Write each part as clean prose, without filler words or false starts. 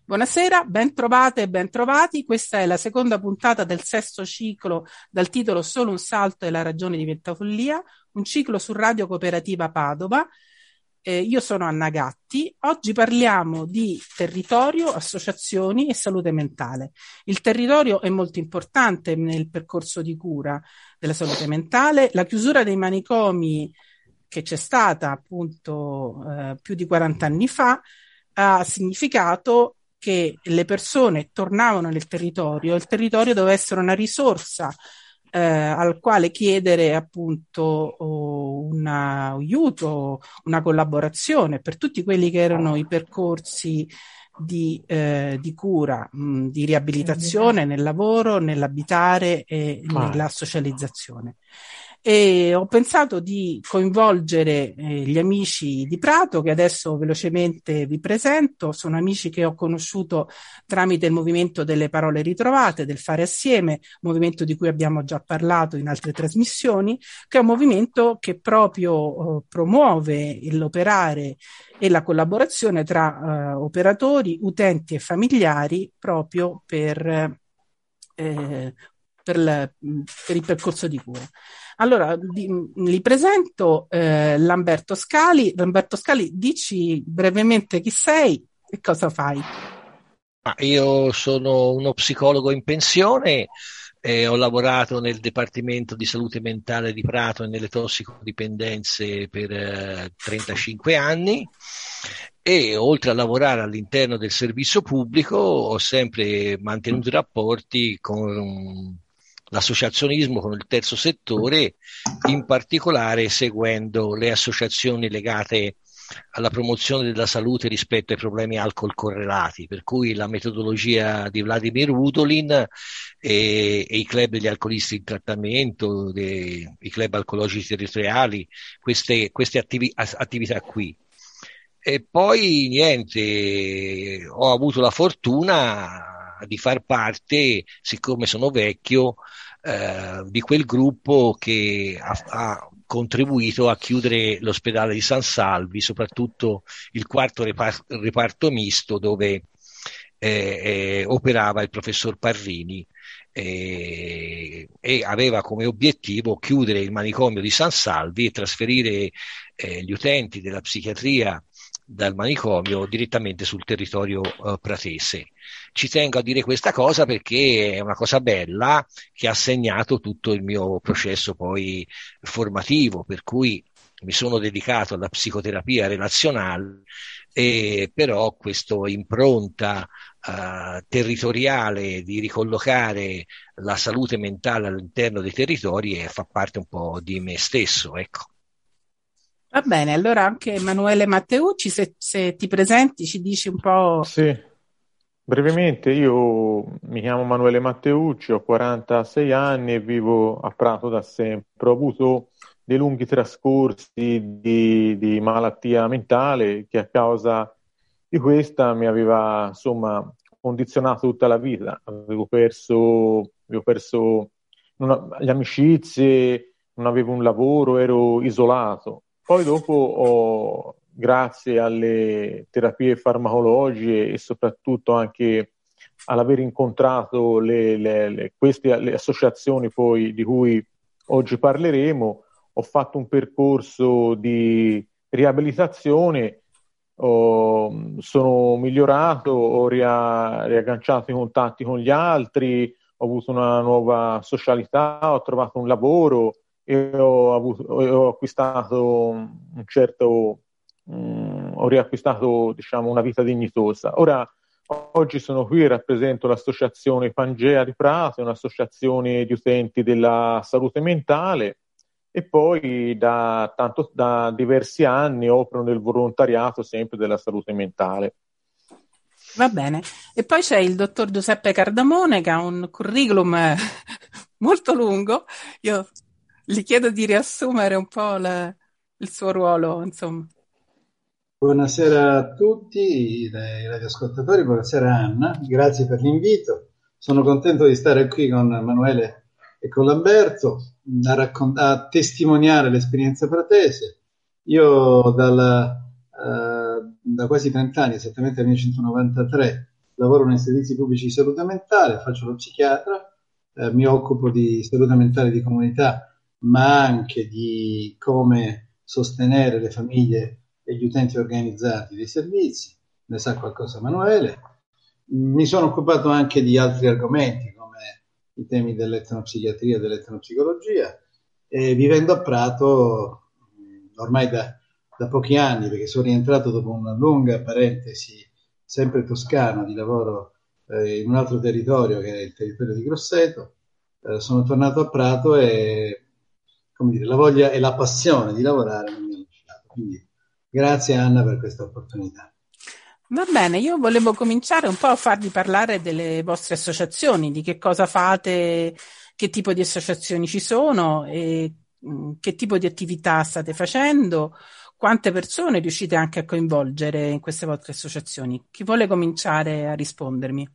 Buonasera, ben trovate e ben trovati. Questa è la seconda puntata del sesto ciclo dal titolo Solo un salto e la ragione diventa follia, un ciclo su Radio Cooperativa Padova. Io sono Anna Gatti. Oggi parliamo di territorio, associazioni e salute mentale. Il territorio è molto importante nel percorso di cura della salute mentale. La chiusura dei manicomi che c'è stata appunto più di 40 anni fa ha significato che le persone tornavano nel territorio, il territorio doveva essere una risorsa al quale chiedere appunto un aiuto, una collaborazione per tutti quelli che erano i percorsi di cura, di riabilitazione nel lavoro, nell'abitare e nella socializzazione. E ho pensato di coinvolgere gli amici di Prato, che adesso velocemente vi presento. Sono amici che ho conosciuto tramite il movimento delle parole ritrovate, del fare assieme, movimento di cui abbiamo già parlato in altre trasmissioni, che è un movimento che proprio promuove l'operare e la collaborazione tra operatori, utenti e familiari proprio per il percorso di cura. Allora, li presento Lamberto Scali. Lamberto Scali, dici brevemente chi sei e cosa fai. Io sono uno psicologo in pensione, ho lavorato nel Dipartimento di Salute Mentale di Prato e nelle tossicodipendenze per 35 anni e oltre a lavorare all'interno del servizio pubblico ho sempre mantenuto rapporti con l'associazionismo, con il terzo settore, in particolare seguendo le associazioni legate alla promozione della salute rispetto ai problemi alcol correlati, per cui la metodologia di Vladimir Udolin e i club degli alcolisti in trattamento, i club alcologici territoriali, queste attività qui. E poi niente, ho avuto la fortuna di far parte, siccome sono vecchio, di quel gruppo che ha contribuito a chiudere l'ospedale di San Salvi, soprattutto il quarto reparto misto dove operava il professor Parrini e aveva come obiettivo chiudere il manicomio di San Salvi e trasferire gli utenti della psichiatria dal manicomio direttamente sul territorio pratese. Ci tengo a dire questa cosa perché è una cosa bella che ha segnato tutto il mio processo poi formativo, per cui mi sono dedicato alla psicoterapia relazionale, però questa impronta territoriale di ricollocare la salute mentale all'interno dei territori fa parte un po' di me stesso, ecco. Va bene, allora anche Emanuele Matteucci, se ti presenti, ci dici un po'. Sì, brevemente, io mi chiamo Emanuele Matteucci, ho 46 anni e vivo a Prato da sempre. Ho avuto dei lunghi trascorsi di malattia mentale che a causa di questa mi aveva insomma condizionato tutta la vita. Avevo perso le amicizie, non avevo un lavoro, ero isolato. Poi dopo, grazie alle terapie farmacologiche e soprattutto anche all'aver incontrato le associazioni poi di cui oggi parleremo, ho fatto un percorso di riabilitazione, sono migliorato, ho riagganciato i contatti con gli altri, ho avuto una nuova socialità, ho trovato un lavoro e ho acquistato ho riacquistato, diciamo, una vita dignitosa. Ora, oggi sono qui e rappresento l'associazione Pangea di Prato, un'associazione di utenti della salute mentale, e poi da diversi anni opero nel volontariato sempre della salute mentale. Va bene. E poi c'è il dottor Giuseppe Cardamone che ha un curriculum molto lungo. Io gli chiedo di riassumere un po' il suo ruolo, insomma. Buonasera a tutti i radioascoltatori, buonasera Anna, grazie per l'invito. Sono contento di stare qui con Emanuele e con Lamberto a testimoniare l'esperienza pratese. Io da quasi 30 anni, esattamente nel 1993, lavoro nei servizi pubblici di salute mentale, faccio lo psichiatra, mi occupo di salute mentale di comunità, ma anche di come sostenere le famiglie e gli utenti organizzati dei servizi. Ne sa qualcosa Emanuele. Mi sono occupato anche di altri argomenti come i temi dell'etnopsichiatria e dell'etnopsicologia, e vivendo a Prato ormai da pochi anni, perché sono rientrato dopo una lunga parentesi sempre toscana di lavoro in un altro territorio che è il territorio di Grosseto. Sono tornato a Prato e, come dire, la voglia e la passione di lavorare non mi hanno lasciato. Quindi grazie Anna per questa opportunità. Va bene, io volevo cominciare un po' a farvi parlare delle vostre associazioni, di che cosa fate, che tipo di associazioni ci sono e che tipo di attività state facendo, quante persone riuscite anche a coinvolgere in queste vostre associazioni. Chi vuole cominciare a rispondermi?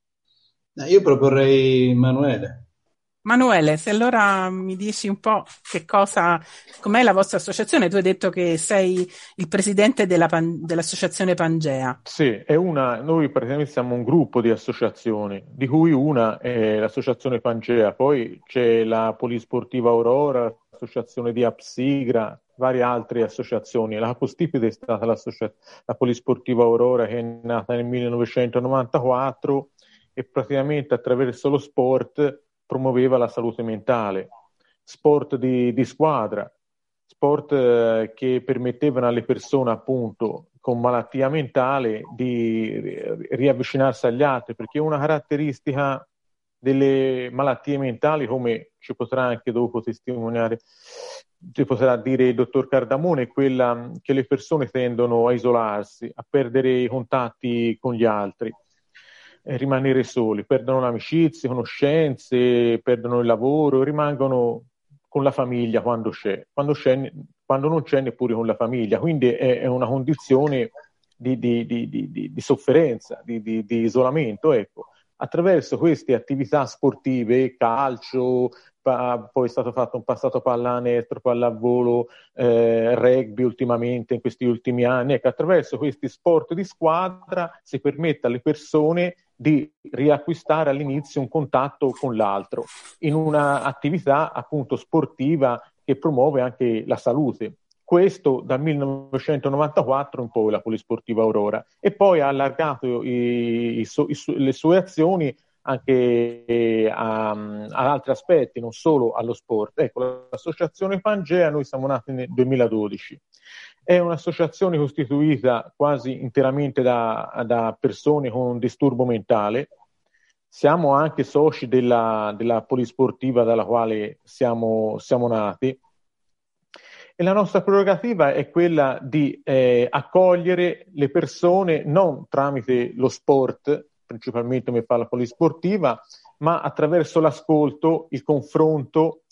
Io proporrei Emanuele. Manuele, se allora mi dici un po' com'è la vostra associazione? Tu hai detto che sei il presidente dell'associazione Pangea. Sì, noi praticamente siamo un gruppo di associazioni, di cui una è l'associazione Pangea, poi c'è la Polisportiva Aurora, l'associazione di Apsigra, varie altre associazioni. La capostipite è stata la Polisportiva Aurora, che è nata nel 1994 e praticamente attraverso lo sport promuoveva la salute mentale, sport di squadra, sport che permettevano alle persone appunto con malattia mentale di riavvicinarsi agli altri, perché una caratteristica delle malattie mentali, come ci potrà anche dopo testimoniare, ci potrà dire il dottor Cardamone, è quella che le persone tendono a isolarsi, a perdere i contatti con gli altri, rimanere soli, perdono l'amicizia, conoscenze, perdono il lavoro, rimangono con la famiglia quando non c'è neppure con la famiglia, quindi è una condizione di sofferenza, di isolamento, ecco. Attraverso queste attività sportive, calcio, poi è stato fatto un passato pallanestro, pallavolo, rugby ultimamente in questi ultimi anni, ecco, attraverso questi sport di squadra si permette alle persone di riacquistare all'inizio un contatto con l'altro in un'attività appunto sportiva che promuove anche la salute. Questo dal 1994 in poi la Polisportiva Aurora, e poi ha allargato le sue azioni anche ad altri aspetti, non solo allo sport. Ecco, l'associazione Pangea, noi siamo nati nel 2012. È un'associazione costituita quasi interamente da persone con un disturbo mentale. Siamo anche soci della Polisportiva dalla quale siamo nati. E la nostra prerogativa è quella di accogliere le persone non tramite lo sport, principalmente come fa la Polisportiva, ma attraverso l'ascolto, il confronto,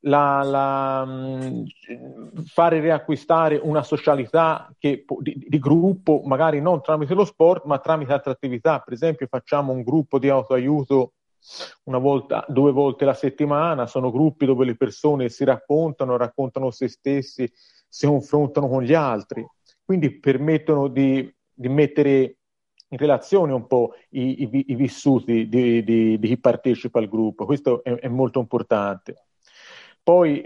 fare riacquistare una socialità di gruppo, magari non tramite lo sport, ma tramite altre attività. Per esempio facciamo un gruppo di autoaiuto 2 volte la settimana, sono gruppi dove le persone si raccontano se stessi, si confrontano con gli altri, quindi permettono di mettere in relazione un po' i vissuti di chi partecipa al gruppo. Questo è molto importante. Poi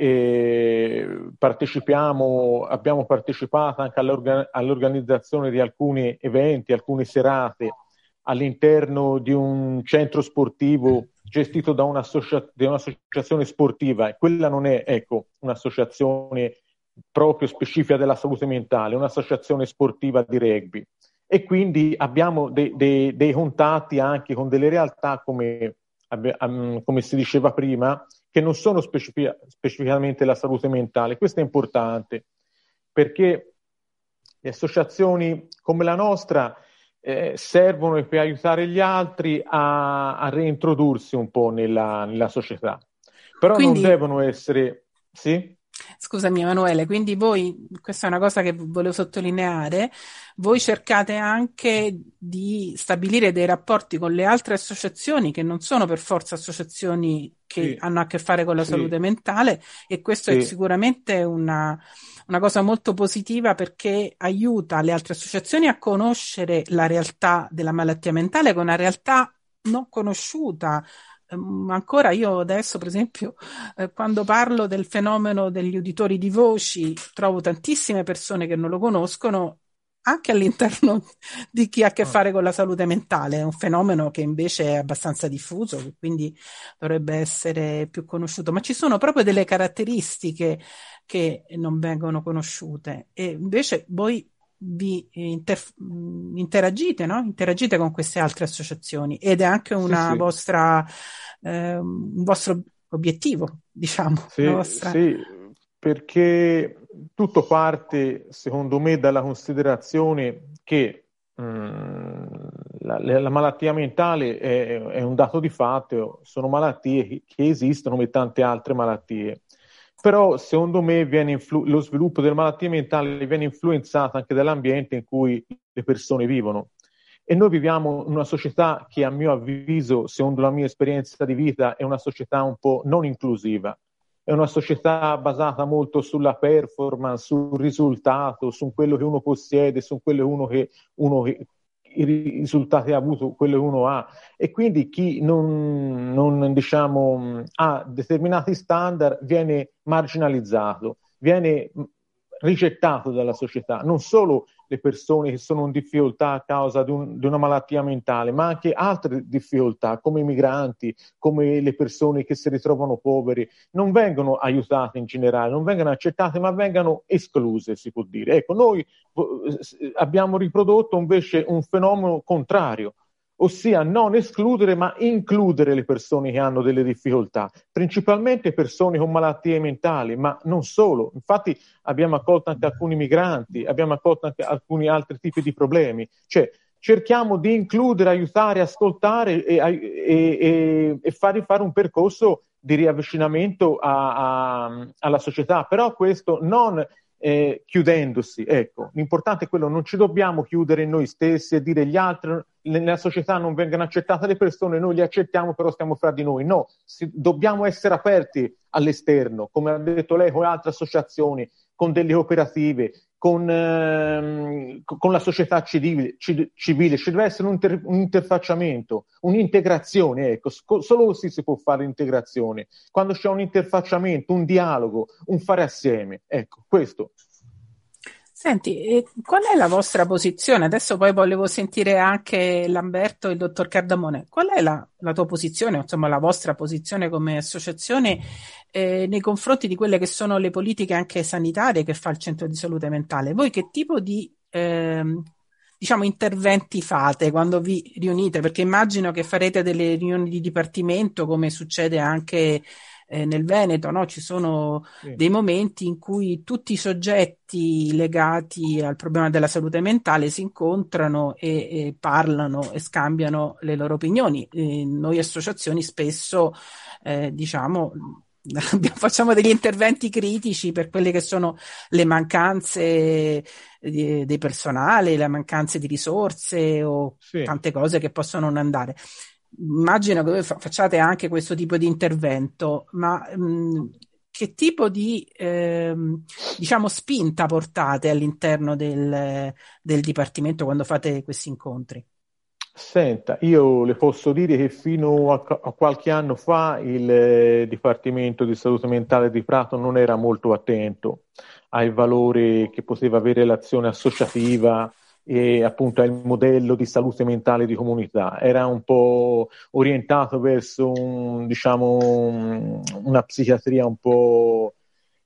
abbiamo partecipato anche all'organizzazione di alcuni eventi, alcune serate all'interno di un centro sportivo gestito da un'associazione sportiva, e quella non è, ecco, un'associazione proprio specifica della salute mentale, è un'associazione sportiva di rugby, e quindi abbiamo dei contatti anche con delle realtà come si diceva prima, che non sono specificamente la salute mentale. Questo è importante perché le associazioni come la nostra servono per aiutare gli altri a reintrodursi un po' nella società, però Quindi, non devono essere... Sì? Scusami Emanuele, quindi voi, questa è una cosa che volevo sottolineare, voi cercate anche di stabilire dei rapporti con le altre associazioni che non sono per forza associazioni che Sì, hanno a che fare con la sì, salute mentale, e questo è sì, sicuramente una cosa molto positiva, perché aiuta le altre associazioni a conoscere la realtà della malattia mentale, che è una realtà non conosciuta. Ancora io adesso, per esempio, quando parlo del fenomeno degli uditori di voci, trovo tantissime persone che non lo conoscono, anche all'interno di chi ha a che ah, fare con la salute mentale. È un fenomeno che invece è abbastanza diffuso, che quindi dovrebbe essere più conosciuto. Ma ci sono proprio delle caratteristiche che non vengono conosciute, e invece voi vi interagite, no? Interagite con queste altre associazioni, ed è anche sì, una sì. vostra un vostro obiettivo, diciamo, una Sì, vostra... sì, perché tutto parte, secondo me, dalla considerazione che la malattia mentale è un dato di fatto, sono malattie che esistono come tante altre malattie. Però, secondo me, lo sviluppo delle malattie mentali viene influenzato anche dall'ambiente in cui le persone vivono. E noi viviamo in una società che, a mio avviso, secondo la mia esperienza di vita, è una società un po' non inclusiva. È una società basata molto sulla performance, sul risultato, su quello che uno possiede, su quello i risultati ha avuto, quello che uno ha. E quindi chi diciamo, ha determinati standard viene marginalizzato, viene rigettato dalla società. Non solo le persone che sono in difficoltà a causa di una malattia mentale, ma anche altre difficoltà, come i migranti, come le persone che si ritrovano poveri, non vengono aiutate in generale, non vengono accettate, ma vengono escluse, si può dire. Ecco, noi abbiamo riprodotto invece un fenomeno contrario, ossia non escludere ma includere le persone che hanno delle difficoltà, principalmente persone con malattie mentali, ma non solo. Infatti abbiamo accolto anche alcuni migranti, abbiamo accolto anche alcuni altri tipi di problemi. Cioè, cerchiamo di includere, aiutare, ascoltare e fare un percorso di riavvicinamento alla società, però questo non chiudendosi. Ecco, l'importante è quello, non ci dobbiamo chiudere in noi stessi e dire gli altri nella società non vengono accettate le persone, noi li accettiamo, però stiamo fra di noi. No, dobbiamo essere aperti all'esterno, come ha detto lei, con altre associazioni, con delle cooperative, con la società civile. Ci deve essere un interfacciamento, un'integrazione, ecco, solo così si può fare l'integrazione. Quando c'è un interfacciamento, un dialogo, un fare assieme, ecco, questo. Senti, qual è la vostra posizione? Adesso poi volevo sentire anche Lamberto e il dottor Cardamone. Qual è la tua posizione, insomma la vostra posizione come associazione nei confronti di quelle che sono le politiche anche sanitarie che fa il Centro di Salute Mentale? Voi che tipo di diciamo interventi fate quando vi riunite? Perché immagino che farete delle riunioni di dipartimento, come succede anche nel Veneto, no? Ci sono dei momenti in cui tutti i soggetti legati al problema della salute mentale si incontrano e parlano e scambiano le loro opinioni. Noi associazioni spesso diciamo facciamo degli interventi critici per quelle che sono le mancanze dei personale, le mancanze di risorse o Sì. tante cose che possono non andare. Immagino che voi facciate anche questo tipo di intervento, ma che tipo di diciamo spinta portate all'interno del Dipartimento quando fate questi incontri? Senta, io le posso dire che fino a qualche anno fa il Dipartimento di Salute Mentale di Prato non era molto attento ai valori che poteva avere l'azione associativa e appunto al modello di salute mentale di comunità. Era un po' orientato verso una psichiatria un po'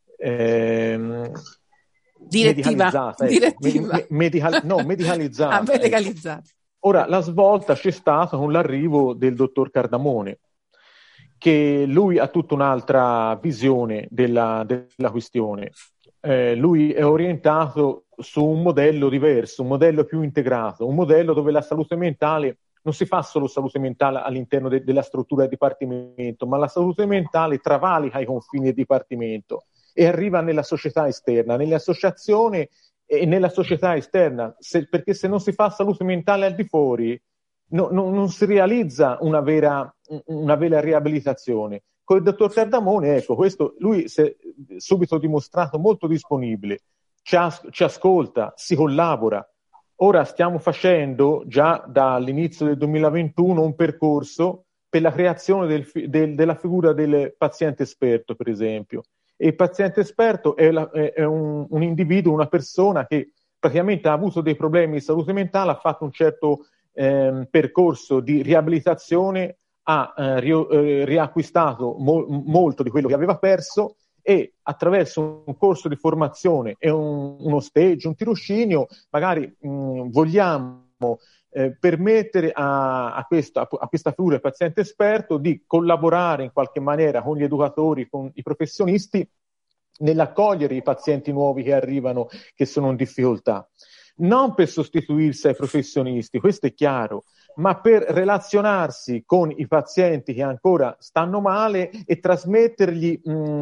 medicalizzata, ecco. Medicalizzata. Medicalizzata. Ecco. Ora, la svolta c'è stata con l'arrivo del dottor Cardamone, che lui ha tutta un'altra visione della questione. Lui è orientato su un modello diverso, un modello più integrato, un modello dove la salute mentale non si fa solo salute mentale all'interno della struttura del dipartimento, ma la salute mentale travalica i confini del dipartimento e arriva nella società esterna, nelle associazioni e nella società esterna, perché se non si fa salute mentale al di fuori non si realizza una vera riabilitazione. Con il dottor Cardamone, ecco, questo lui si è subito dimostrato molto disponibile, ci ascolta, si collabora. Ora stiamo facendo già dall'inizio del 2021 un percorso per la creazione della figura del paziente esperto, per esempio. E il paziente esperto è un individuo, una persona che praticamente ha avuto dei problemi di salute mentale, ha fatto un certo percorso di riabilitazione, ha riacquistato molto di quello che aveva perso e attraverso un corso di formazione e uno stage, un tirocinio, magari vogliamo permettere a questa figura del paziente esperto di collaborare in qualche maniera con gli educatori, con i professionisti, nell'accogliere i pazienti nuovi che arrivano, che sono in difficoltà. Non per sostituirsi ai professionisti, questo è chiaro, ma per relazionarsi con i pazienti che ancora stanno male e trasmettergli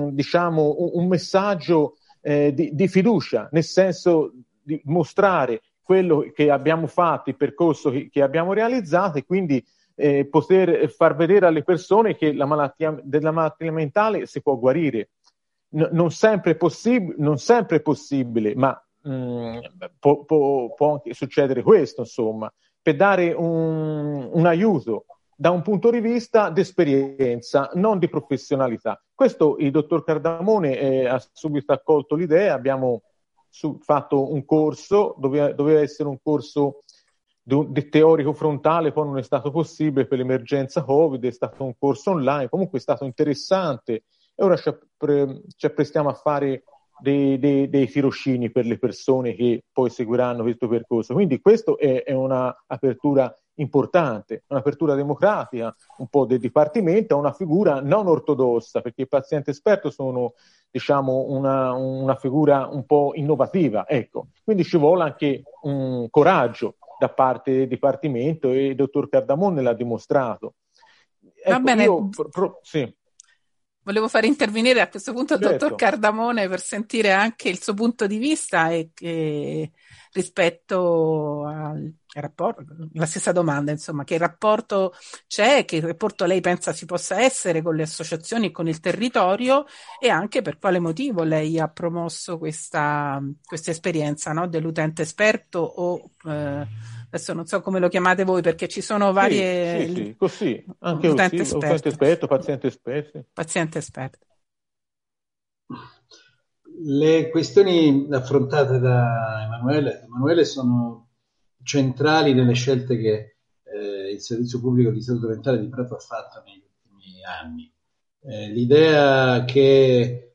un messaggio di fiducia, nel senso di mostrare quello che abbiamo fatto, il percorso che abbiamo realizzato, e quindi poter far vedere alle persone che della malattia mentale si può guarire. Non sempre è possibile, ma può anche succedere questo, insomma, per dare un aiuto da un punto di vista di esperienza, non di professionalità. Questo il dottor Cardamone ha subito accolto l'idea, abbiamo fatto un corso, doveva essere un corso di teorico frontale, poi non è stato possibile per l'emergenza Covid, è stato un corso online, comunque è stato interessante, e ora ci apprestiamo a fare dei tirocini per le persone che poi seguiranno questo percorso. Quindi questo è una apertura importante, un'apertura democratica, un po' del dipartimento, a una figura non ortodossa, perché il paziente esperto sono, diciamo, una figura un po' innovativa, ecco. Quindi ci vuole anche un coraggio da parte del dipartimento, e il dottor Cardamone l'ha dimostrato. Ecco, Va bene. Sì. Volevo fare intervenire a questo punto il Certo. dottor Cardamone per sentire anche il suo punto di vista e rispetto al rapporto, la stessa domanda, insomma, che rapporto c'è, che rapporto lei pensa ci possa essere con le associazioni e con il territorio, e anche per quale motivo lei ha promosso questa esperienza, no, dell'utente esperto o adesso non so come lo chiamate voi, perché ci sono varie... Sì, così, anche utente così, utente esperto, paziente esperto. Paziente esperto. Le questioni affrontate da Emanuele sono centrali nelle scelte che il Servizio Pubblico di Salute Mentale di Prato ha fatto negli ultimi anni. L'idea che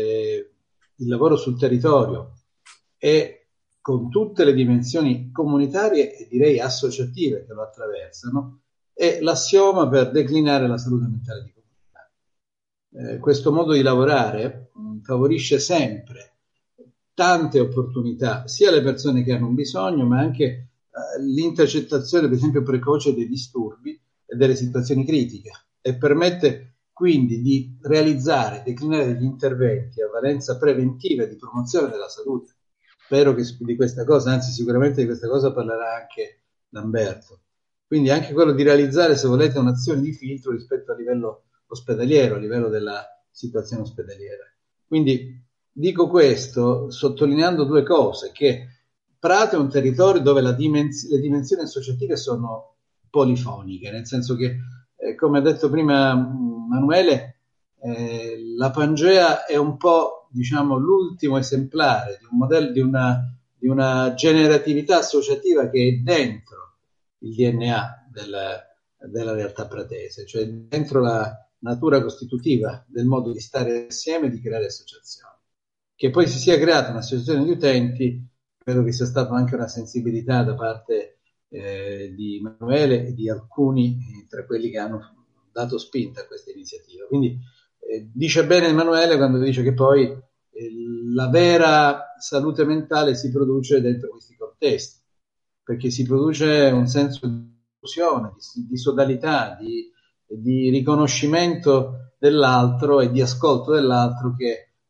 il lavoro sul territorio e con tutte le dimensioni comunitarie e direi associative che lo attraversano è l'assioma per declinare la salute mentale di comunità. Questo modo di lavorare favorisce sempre tante opportunità sia alle persone che hanno un bisogno, ma anche l'intercettazione, per esempio, precoce dei disturbi e delle situazioni critiche, e permette quindi di realizzare, declinare degli interventi a valenza preventiva e di promozione della salute. Spero che di questa cosa, anzi sicuramente di questa cosa parlerà anche Lamberto. Quindi anche quello di realizzare, se volete, un'azione di filtro rispetto a livello ospedaliero, a livello della situazione ospedaliera. Quindi dico questo sottolineando due cose: che Prato è un territorio dove le dimensioni associative sono polifoniche, nel senso che, come ha detto prima Emanuele, la Pangea è un po', diciamo, l'ultimo esemplare di un modello di una generatività associativa che è dentro il DNA della realtà pratese, cioè dentro la natura costitutiva del modo di stare assieme e di creare associazioni. Che poi si sia creata un'associazione di utenti, credo che sia stata anche una sensibilità da parte di Emanuele e di alcuni tra quelli che hanno dato spinta a questa iniziativa. Quindi dice bene Emanuele quando dice che poi la vera salute mentale si produce dentro questi contesti, perché si produce un senso di inclusione, di sodalità, di riconoscimento dell'altro e di ascolto dell'altro che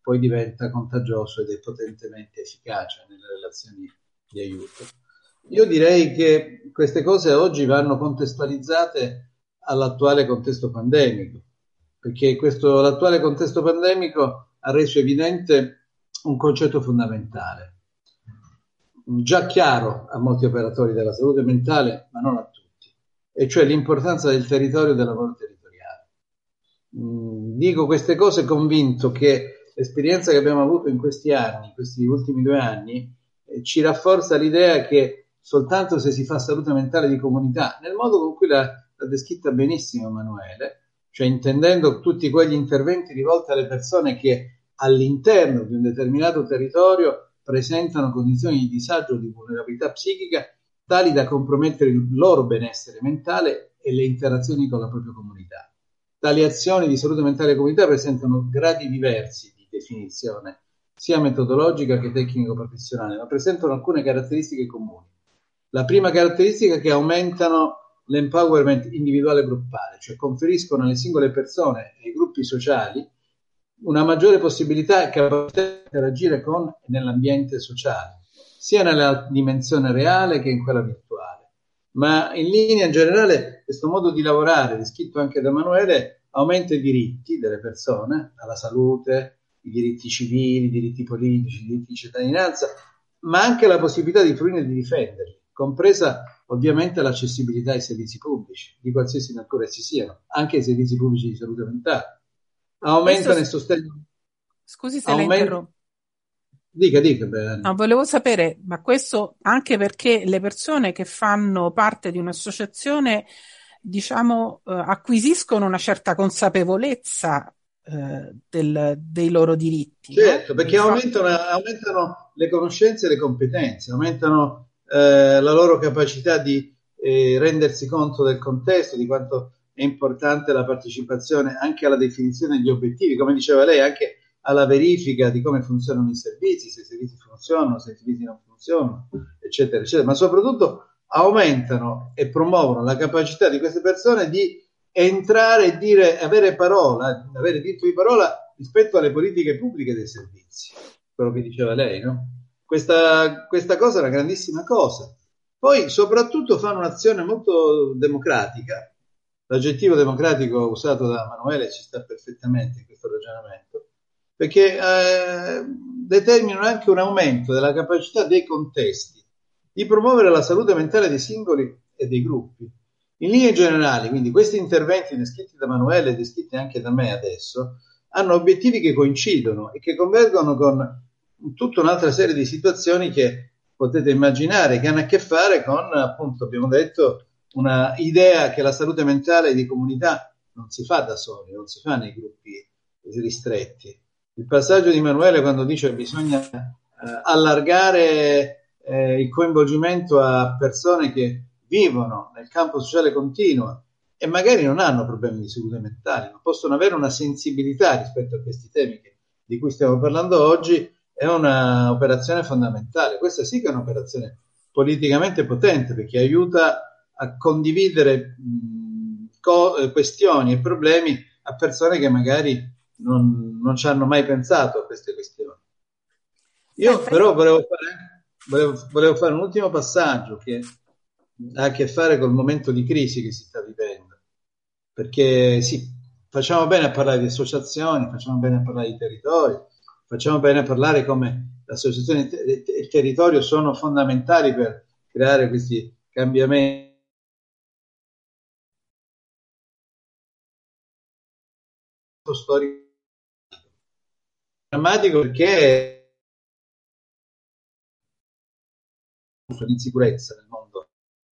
poi diventa contagioso ed è potentemente efficace nelle relazioni di aiuto. Io direi che queste cose oggi vanno contestualizzate all'attuale contesto pandemico, perché l'attuale contesto pandemico ha reso evidente un concetto fondamentale, già chiaro a molti operatori della salute mentale, ma non a tutti, e cioè l'importanza del territorio e del lavoro territoriale. Dico queste cose convinto che l'esperienza che abbiamo avuto in questi anni, questi ultimi 2 anni, ci rafforza l'idea che soltanto se si fa salute mentale di comunità, nel modo con cui l'ha descritta benissimo Emanuele, cioè intendendo tutti quegli interventi rivolti alle persone che all'interno di un determinato territorio presentano condizioni di disagio o di vulnerabilità psichica tali da compromettere il loro benessere mentale e le interazioni con la propria comunità. Tali azioni di salute mentale e comunità presentano gradi diversi di definizione, sia metodologica che tecnico-professionale, ma presentano alcune caratteristiche comuni. La prima caratteristica è che aumentano l'empowerment individuale e gruppale, cioè conferiscono alle singole persone e ai gruppi sociali una maggiore possibilità e capacità di interagire con e nell'ambiente sociale, sia nella dimensione reale che in quella virtuale. Ma in linea generale questo modo di lavorare, descritto anche da Emanuele, aumenta i diritti delle persone alla salute, i diritti civili, i diritti politici, i diritti di cittadinanza, ma anche la possibilità di fruirne e di difenderli, compresa ovviamente l'accessibilità ai servizi pubblici, di qualsiasi natura essi siano, anche ai servizi pubblici di salute mentale. Aumentano e sostengono. Scusi se la interrompo. Dica. No, volevo sapere, ma questo anche perché le persone che fanno parte di un'associazione, diciamo, acquisiscono una certa consapevolezza dei loro diritti. Certo, no? perché aumentano le conoscenze e le competenze, aumentano la loro capacità di rendersi conto del contesto, di quanto è importante la partecipazione anche alla definizione degli obiettivi, come diceva lei, anche alla verifica di come funzionano i servizi, se i servizi funzionano, se i servizi non funzionano, eccetera, eccetera. Ma soprattutto aumentano e promuovono la capacità di queste persone di entrare e dire, avere diritto di parola rispetto alle politiche pubbliche dei servizi, quello che diceva lei, no? Questa cosa è una grandissima cosa. Poi soprattutto fanno un'azione molto democratica. L'aggettivo democratico usato da Emanuele ci sta perfettamente in questo ragionamento, perché determinano anche un aumento della capacità dei contesti di promuovere la salute mentale dei singoli e dei gruppi. In linee generali, quindi, questi interventi descritti da Emanuele e descritti anche da me adesso hanno obiettivi che coincidono e che convergono con tutta un'altra serie di situazioni che potete immaginare, che hanno a che fare con, appunto, abbiamo detto, una idea che la salute mentale di comunità non si fa da soli, non si fa nei gruppi ristretti. Il passaggio di Emanuele quando dice che bisogna allargare il coinvolgimento a persone che vivono nel campo sociale continuo e magari non hanno problemi di salute mentale, ma possono avere una sensibilità rispetto a questi temi di cui stiamo parlando oggi, è una operazione fondamentale. Questa sì che è un'operazione politicamente potente, perché aiuta a condividere questioni e problemi a persone che magari non ci hanno mai pensato a queste questioni. Io però volevo fare un ultimo passaggio che ha a che fare col momento di crisi che si sta vivendo, perché sì, facciamo bene a parlare di associazioni, facciamo bene a parlare di territori, facciamo bene a parlare come l'associazione e il territorio sono fondamentali per creare questi cambiamenti storico drammatico, perché l'insicurezza nel mondo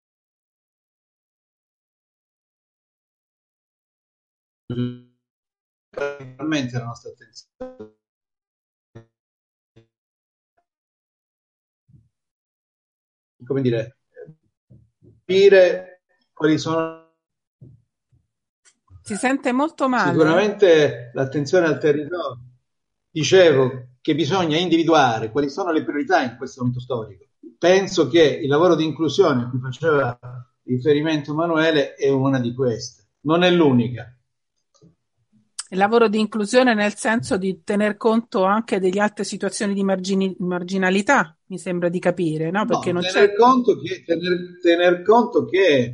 principalmente la nostra attenzione come dire capire quali sono. Si sente molto male. Sicuramente l'attenzione al territorio. Dicevo che bisogna individuare quali sono le priorità in questo momento storico. Penso che il lavoro di inclusione a cui faceva riferimento Emanuele è una di queste, non è l'unica. Il lavoro di inclusione nel senso di tener conto anche delle altre situazioni di marginalità, mi sembra di capire, no? Perché No, non c'è... tener conto che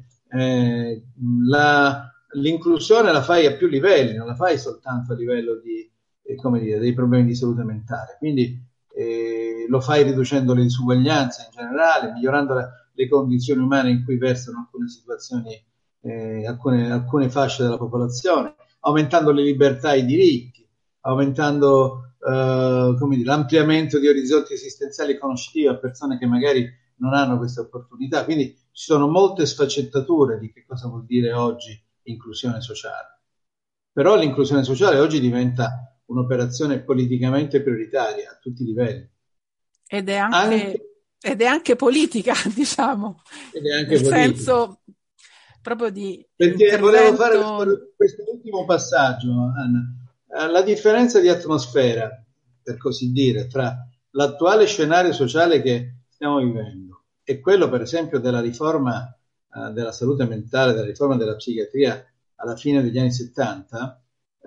l'inclusione la fai a più livelli, non la fai soltanto a livello di, come dire, dei problemi di salute mentale. Quindi lo fai riducendo le disuguaglianze in generale, migliorando le condizioni umane in cui versano alcune situazioni, alcune fasce della popolazione, aumentando le libertà e i diritti, aumentando come dire, l'ampliamento di orizzonti esistenziali e conoscitivi a persone che magari non hanno queste opportunità. Quindi ci sono molte sfaccettature di che cosa vuol dire oggi inclusione sociale. Però l'inclusione sociale oggi diventa un'operazione politicamente prioritaria a tutti i livelli. Ed è anche politica, diciamo, ed è anche nel politica. Senso proprio di perché intervento... volevo fare questo ultimo passaggio, Anna. La differenza di atmosfera, per così dire, tra l'attuale scenario sociale che stiamo vivendo e quello, per esempio, della riforma della salute mentale, della riforma della psichiatria alla fine degli anni 70,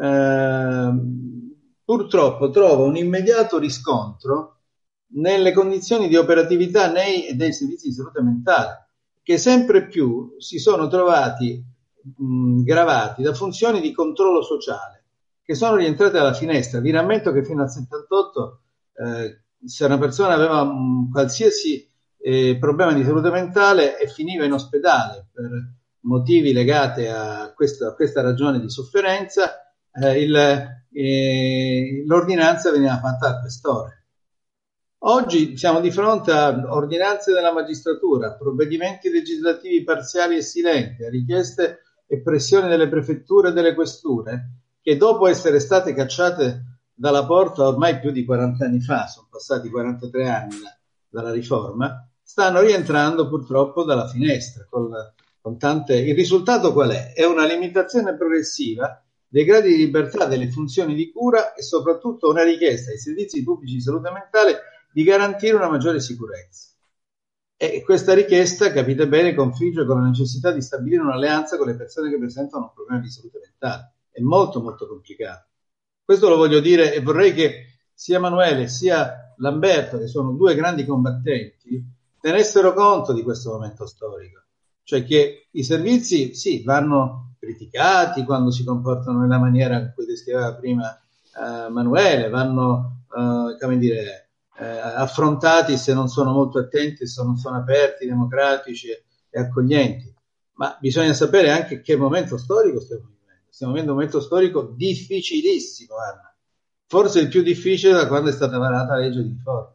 purtroppo trova un immediato riscontro nelle condizioni di operatività nei e dei servizi di salute mentale, che sempre più si sono trovati gravati da funzioni di controllo sociale, che sono rientrate alla finestra. Vi rammento che fino al 78 se una persona aveva qualsiasi problema di salute mentale e finiva in ospedale per motivi legati a questa ragione di sofferenza, l'ordinanza veniva fatta al questore. Oggi siamo di fronte a ordinanze della magistratura, provvedimenti legislativi parziali e silenti, a richieste e pressioni delle prefetture e delle questure, che dopo essere state cacciate dalla porta ormai più di 40 anni fa, sono passati 43 anni dalla riforma, stanno rientrando purtroppo dalla finestra. Con tante... Il risultato qual è? È una limitazione progressiva dei gradi di libertà delle funzioni di cura e soprattutto una richiesta ai servizi pubblici di salute mentale di garantire una maggiore sicurezza. E questa richiesta, capite bene, confligge con la necessità di stabilire un'alleanza con le persone che presentano un problema di salute mentale. È molto molto complicato. Questo lo voglio dire e vorrei che sia Emanuele sia Lamberto, che sono due grandi combattenti, tenessero conto di questo momento storico. Cioè che i servizi, sì, vanno criticati quando si comportano nella maniera in cui descriveva prima Emanuele, vanno, come dire, affrontati se non sono molto attenti, se non sono aperti, democratici e accoglienti. Ma bisogna sapere anche che momento storico stiamo vivendo. Stiamo vivendo un momento storico difficilissimo, Anna. Forse il più difficile da quando è stata varata la legge di riforma.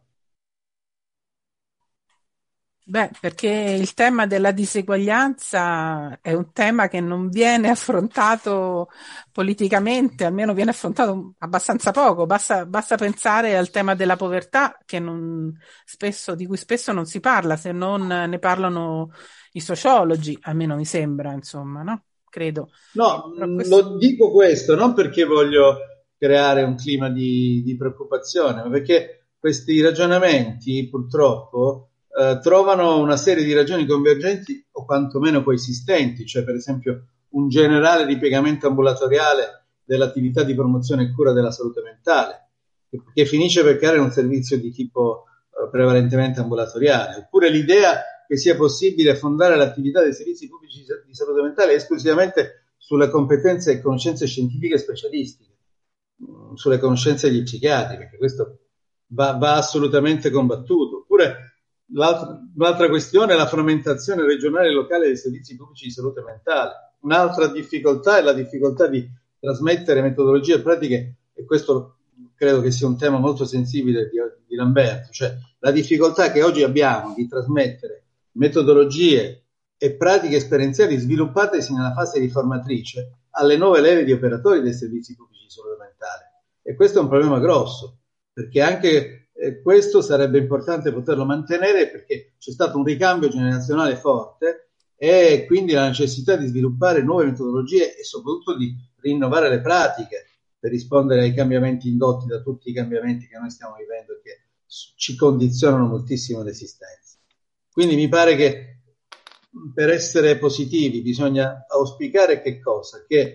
Beh, perché il tema della diseguaglianza è un tema che non viene affrontato politicamente, almeno viene affrontato abbastanza poco. Basta pensare al tema della povertà, che di cui spesso non si parla, se non ne parlano i sociologi, almeno mi sembra, insomma, no? Credo. No, lo dico questo non perché voglio creare un clima di preoccupazione, ma perché questi ragionamenti purtroppo trovano una serie di ragioni convergenti o quantomeno coesistenti, cioè per esempio un generale ripiegamento ambulatoriale dell'attività di promozione e cura della salute mentale, che finisce per creare un servizio di tipo prevalentemente ambulatoriale, oppure l'idea che sia possibile fondare l'attività dei servizi pubblici di salute mentale esclusivamente sulle competenze e conoscenze scientifiche e specialistiche, sulle conoscenze degli psichiatri, perché questo va assolutamente combattuto. Oppure l'altra questione è la frammentazione regionale e locale dei servizi pubblici di salute mentale. Un'altra difficoltà è la difficoltà di trasmettere metodologie e pratiche, e questo credo che sia un tema molto sensibile di Lamberto, cioè la difficoltà che oggi abbiamo di trasmettere metodologie e pratiche esperienziali sviluppatesi nella fase riformatrice alle nuove leve di operatori dei servizi pubblici di salute mentale. E questo è un problema grosso, perché anche questo sarebbe importante poterlo mantenere, perché c'è stato un ricambio generazionale forte e quindi la necessità di sviluppare nuove metodologie e soprattutto di rinnovare le pratiche per rispondere ai cambiamenti indotti da tutti i cambiamenti che noi stiamo vivendo e che ci condizionano moltissimo l'esistenza. Quindi mi pare che per essere positivi bisogna auspicare che cosa? Che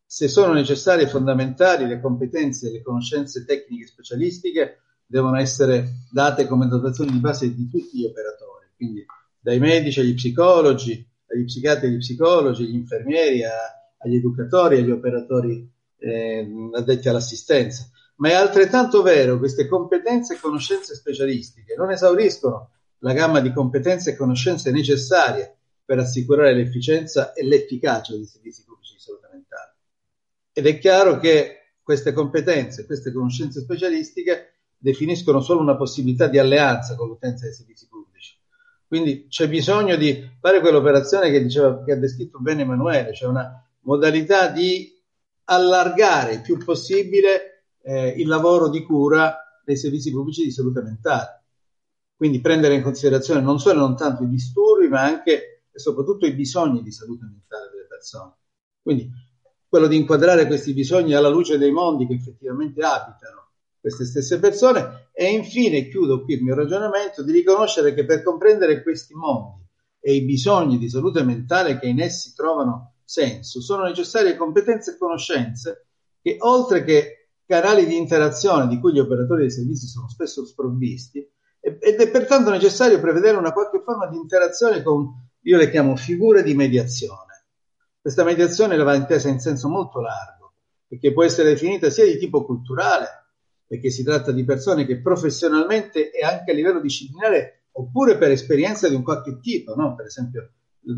Se sono necessarie e fondamentali, le competenze e le conoscenze tecniche specialistiche devono essere date come dotazioni di base di tutti gli operatori, quindi dai medici agli psicologi, agli psichiatri e agli psicologi, agli infermieri, agli educatori, agli operatori addetti all'assistenza. Ma è altrettanto vero, queste competenze e conoscenze specialistiche non esauriscono la gamma di competenze e conoscenze necessarie per assicurare l'efficienza e l'efficacia dei servizi pubblici di salute mentale. Ed è chiaro che queste competenze, queste conoscenze specialistiche definiscono solo una possibilità di alleanza con l'utenza dei servizi pubblici. Quindi c'è bisogno di fare quell'operazione che ha descritto bene Emanuele, cioè una modalità di allargare il più possibile il lavoro di cura dei servizi pubblici di salute mentale. Quindi prendere in considerazione non solo e non tanto i disturbi, ma anche e soprattutto i bisogni di salute mentale delle persone. Quindi quello di inquadrare questi bisogni alla luce dei mondi che effettivamente abitano queste stesse persone, e infine, chiudo qui il mio ragionamento, di riconoscere che per comprendere questi mondi e i bisogni di salute mentale che in essi trovano senso, sono necessarie competenze e conoscenze che, oltre che canali di interazione di cui gli operatori dei servizi sono spesso sprovvisti, ed è pertanto necessario prevedere una qualche forma di interazione con, io le chiamo, figure di mediazione. Questa mediazione la va intesa in senso molto largo, perché può essere definita sia di tipo culturale, perché si tratta di persone che professionalmente e anche a livello disciplinare, oppure per esperienza di un qualche tipo, no? Per esempio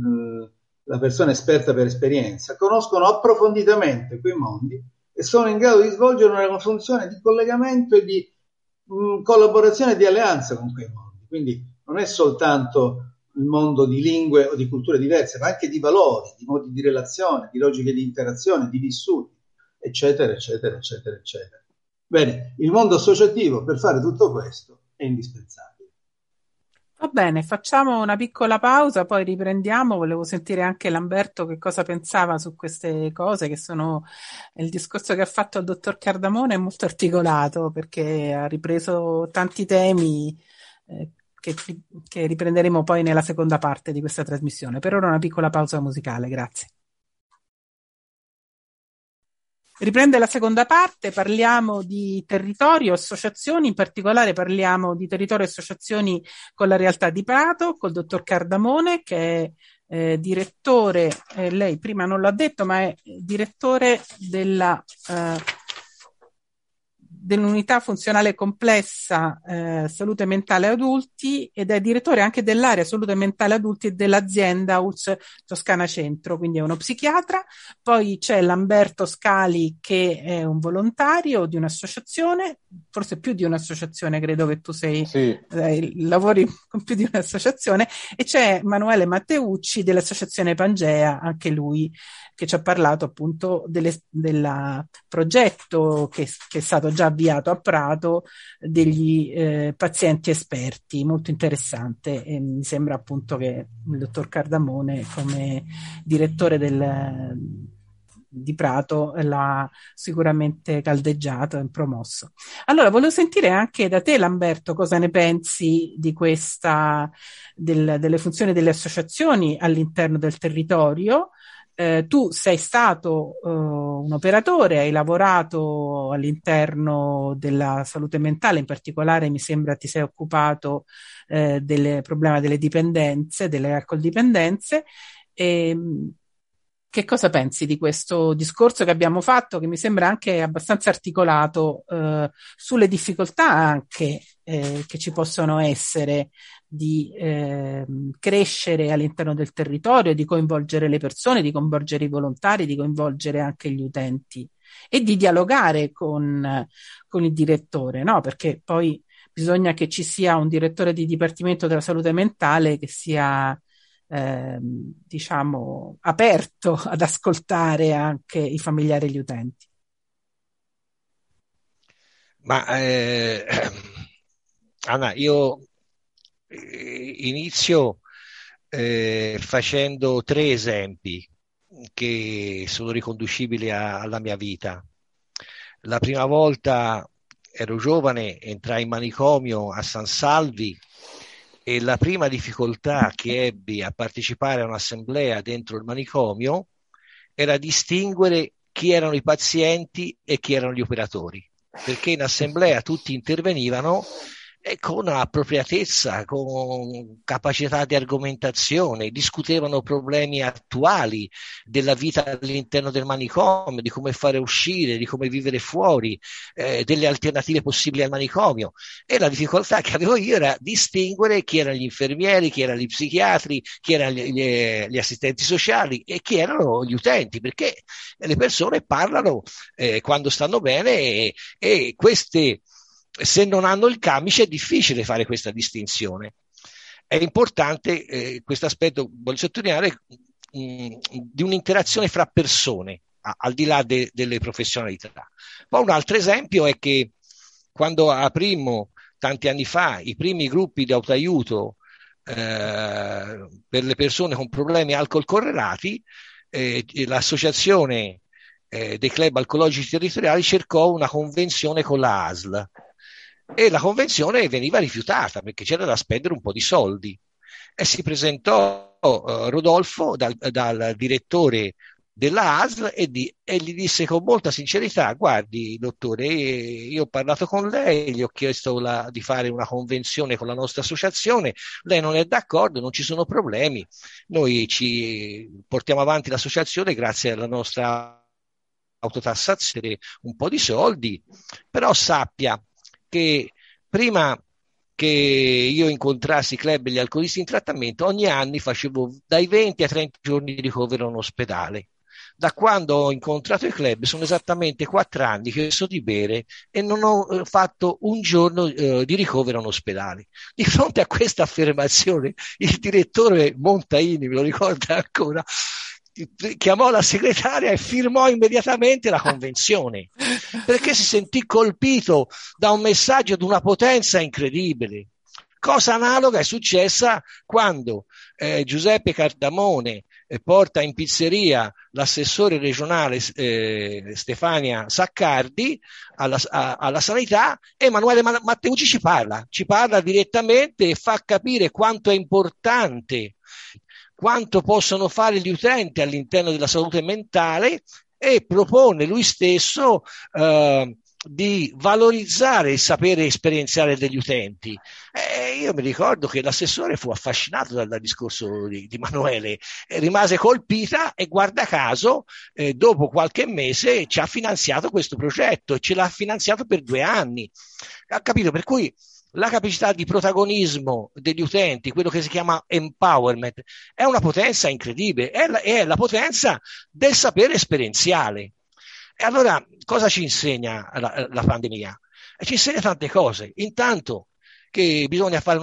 la persona esperta per esperienza, conoscono approfonditamente quei mondi e sono in grado di svolgere una funzione di collegamento e di collaborazione e di alleanza con quei mondi. Quindi non è soltanto il mondo di lingue o di culture diverse, ma anche di valori, di modi di relazione, di logiche di interazione, di vissuti, eccetera, eccetera, eccetera, eccetera. Bene, il mondo associativo per fare tutto questo è indispensabile. Va bene, facciamo una piccola pausa, poi riprendiamo. Volevo sentire anche Lamberto che cosa pensava su queste cose, che sono il discorso che ha fatto il dottor Cardamone è molto articolato, perché ha ripreso tanti temi che riprenderemo poi nella seconda parte di questa trasmissione. Per ora una piccola pausa musicale, grazie. Riprende la seconda parte, parliamo di territorio, associazioni, in particolare parliamo di territorio e associazioni con la realtà di Prato, col dottor Cardamone, che è direttore, lei prima non l'ha detto, ma è direttore dell'unità funzionale complessa salute mentale adulti, ed è direttore anche dell'area salute mentale adulti e dell'azienda ULSS Toscana Centro, quindi è uno psichiatra. Poi c'è Lamberto Scali, che è un volontario di un'associazione, forse più di un'associazione, credo che tu lavori con più di un'associazione, e c'è Emanuele Matteucci dell'associazione Pangea, anche lui che ci ha parlato appunto del progetto che è stato già avviato a Prato degli pazienti esperti, molto interessante, e mi sembra appunto che il dottor Cardamone, come direttore di Prato, l'ha sicuramente caldeggiato e promosso. Allora, volevo sentire anche da te, Lamberto, cosa ne pensi di questa delle funzioni delle associazioni all'interno del territorio. Tu sei stato un operatore, hai lavorato all'interno della salute mentale, in particolare mi sembra ti sei occupato del problema delle dipendenze, delle alcol dipendenze. Che cosa pensi di questo discorso che abbiamo fatto, che mi sembra anche abbastanza articolato sulle difficoltà anche che ci possono essere di crescere all'interno del territorio, di coinvolgere le persone, di coinvolgere i volontari, di coinvolgere anche gli utenti e di dialogare con il direttore, no? Perché poi bisogna che ci sia un direttore di Dipartimento della Salute Mentale che sia diciamo aperto ad ascoltare anche i familiari e gli utenti. Ma Anna, io inizio facendo 3 esempi che sono riconducibili alla mia vita. La prima volta ero giovane, entrai in manicomio a San Salvi, e la prima difficoltà che ebbi a partecipare a un'assemblea dentro il manicomio era distinguere chi erano i pazienti e chi erano gli operatori, perché in assemblea tutti intervenivano e con appropriatezza, con capacità di argomentazione, discutevano problemi attuali della vita all'interno del manicomio, di come fare uscire, di come vivere fuori, delle alternative possibili al manicomio. E la difficoltà che avevo io era distinguere chi erano gli infermieri, chi erano gli psichiatri, chi erano gli assistenti sociali e chi erano gli utenti, perché le persone parlano quando stanno bene e queste, se non hanno il camice è difficile fare questa distinzione. È importante questo aspetto, voglio sottolineare, di un'interazione fra persone, al di là delle professionalità. Poi un altro esempio è che quando aprimmo tanti anni fa i primi gruppi di autoaiuto per le persone con problemi alcol correlati, l'associazione dei club alcologici territoriali cercò una convenzione con la ASL e la convenzione veniva rifiutata perché c'era da spendere un po' di soldi e si presentò Rodolfo dal direttore della ASL e gli disse con molta sincerità: guardi dottore, io ho parlato con lei, gli ho chiesto di fare una convenzione con la nostra associazione, lei non è d'accordo, non ci sono problemi, noi ci portiamo avanti l'associazione grazie alla nostra autotassazione, un po' di soldi, però sappia che prima che io incontrassi i club e gli alcolisti in trattamento, ogni anno facevo dai 20 ai 30 giorni di ricovero in ospedale. Da quando ho incontrato i club sono esattamente 4 anni che so di bere e non ho fatto un giorno di ricovero in ospedale. Di fronte a questa affermazione, il direttore Montaini, me lo ricorda ancora, chiamò la segretaria e firmò immediatamente la convenzione perché si sentì colpito da un messaggio di una potenza incredibile. Cosa analoga è successa quando Giuseppe Cardamone porta in pizzeria l'assessore regionale Stefania Saccardi alla sanità, e Emanuele Matteucci ci parla direttamente e fa capire quanto è importante, quanto possono fare gli utenti all'interno della salute mentale, e propone lui stesso di valorizzare il sapere esperienziale degli utenti. Io mi ricordo che l'assessore fu affascinato dal discorso di Emanuele, rimase colpita e guarda caso dopo qualche mese ci ha finanziato questo progetto e ce l'ha finanziato per 2 anni. Ha capito? Per cui la capacità di protagonismo degli utenti, quello che si chiama empowerment, è una potenza incredibile, è la potenza del sapere esperienziale. E allora cosa ci insegna la pandemia? Ci insegna tante cose. Intanto che bisogna fare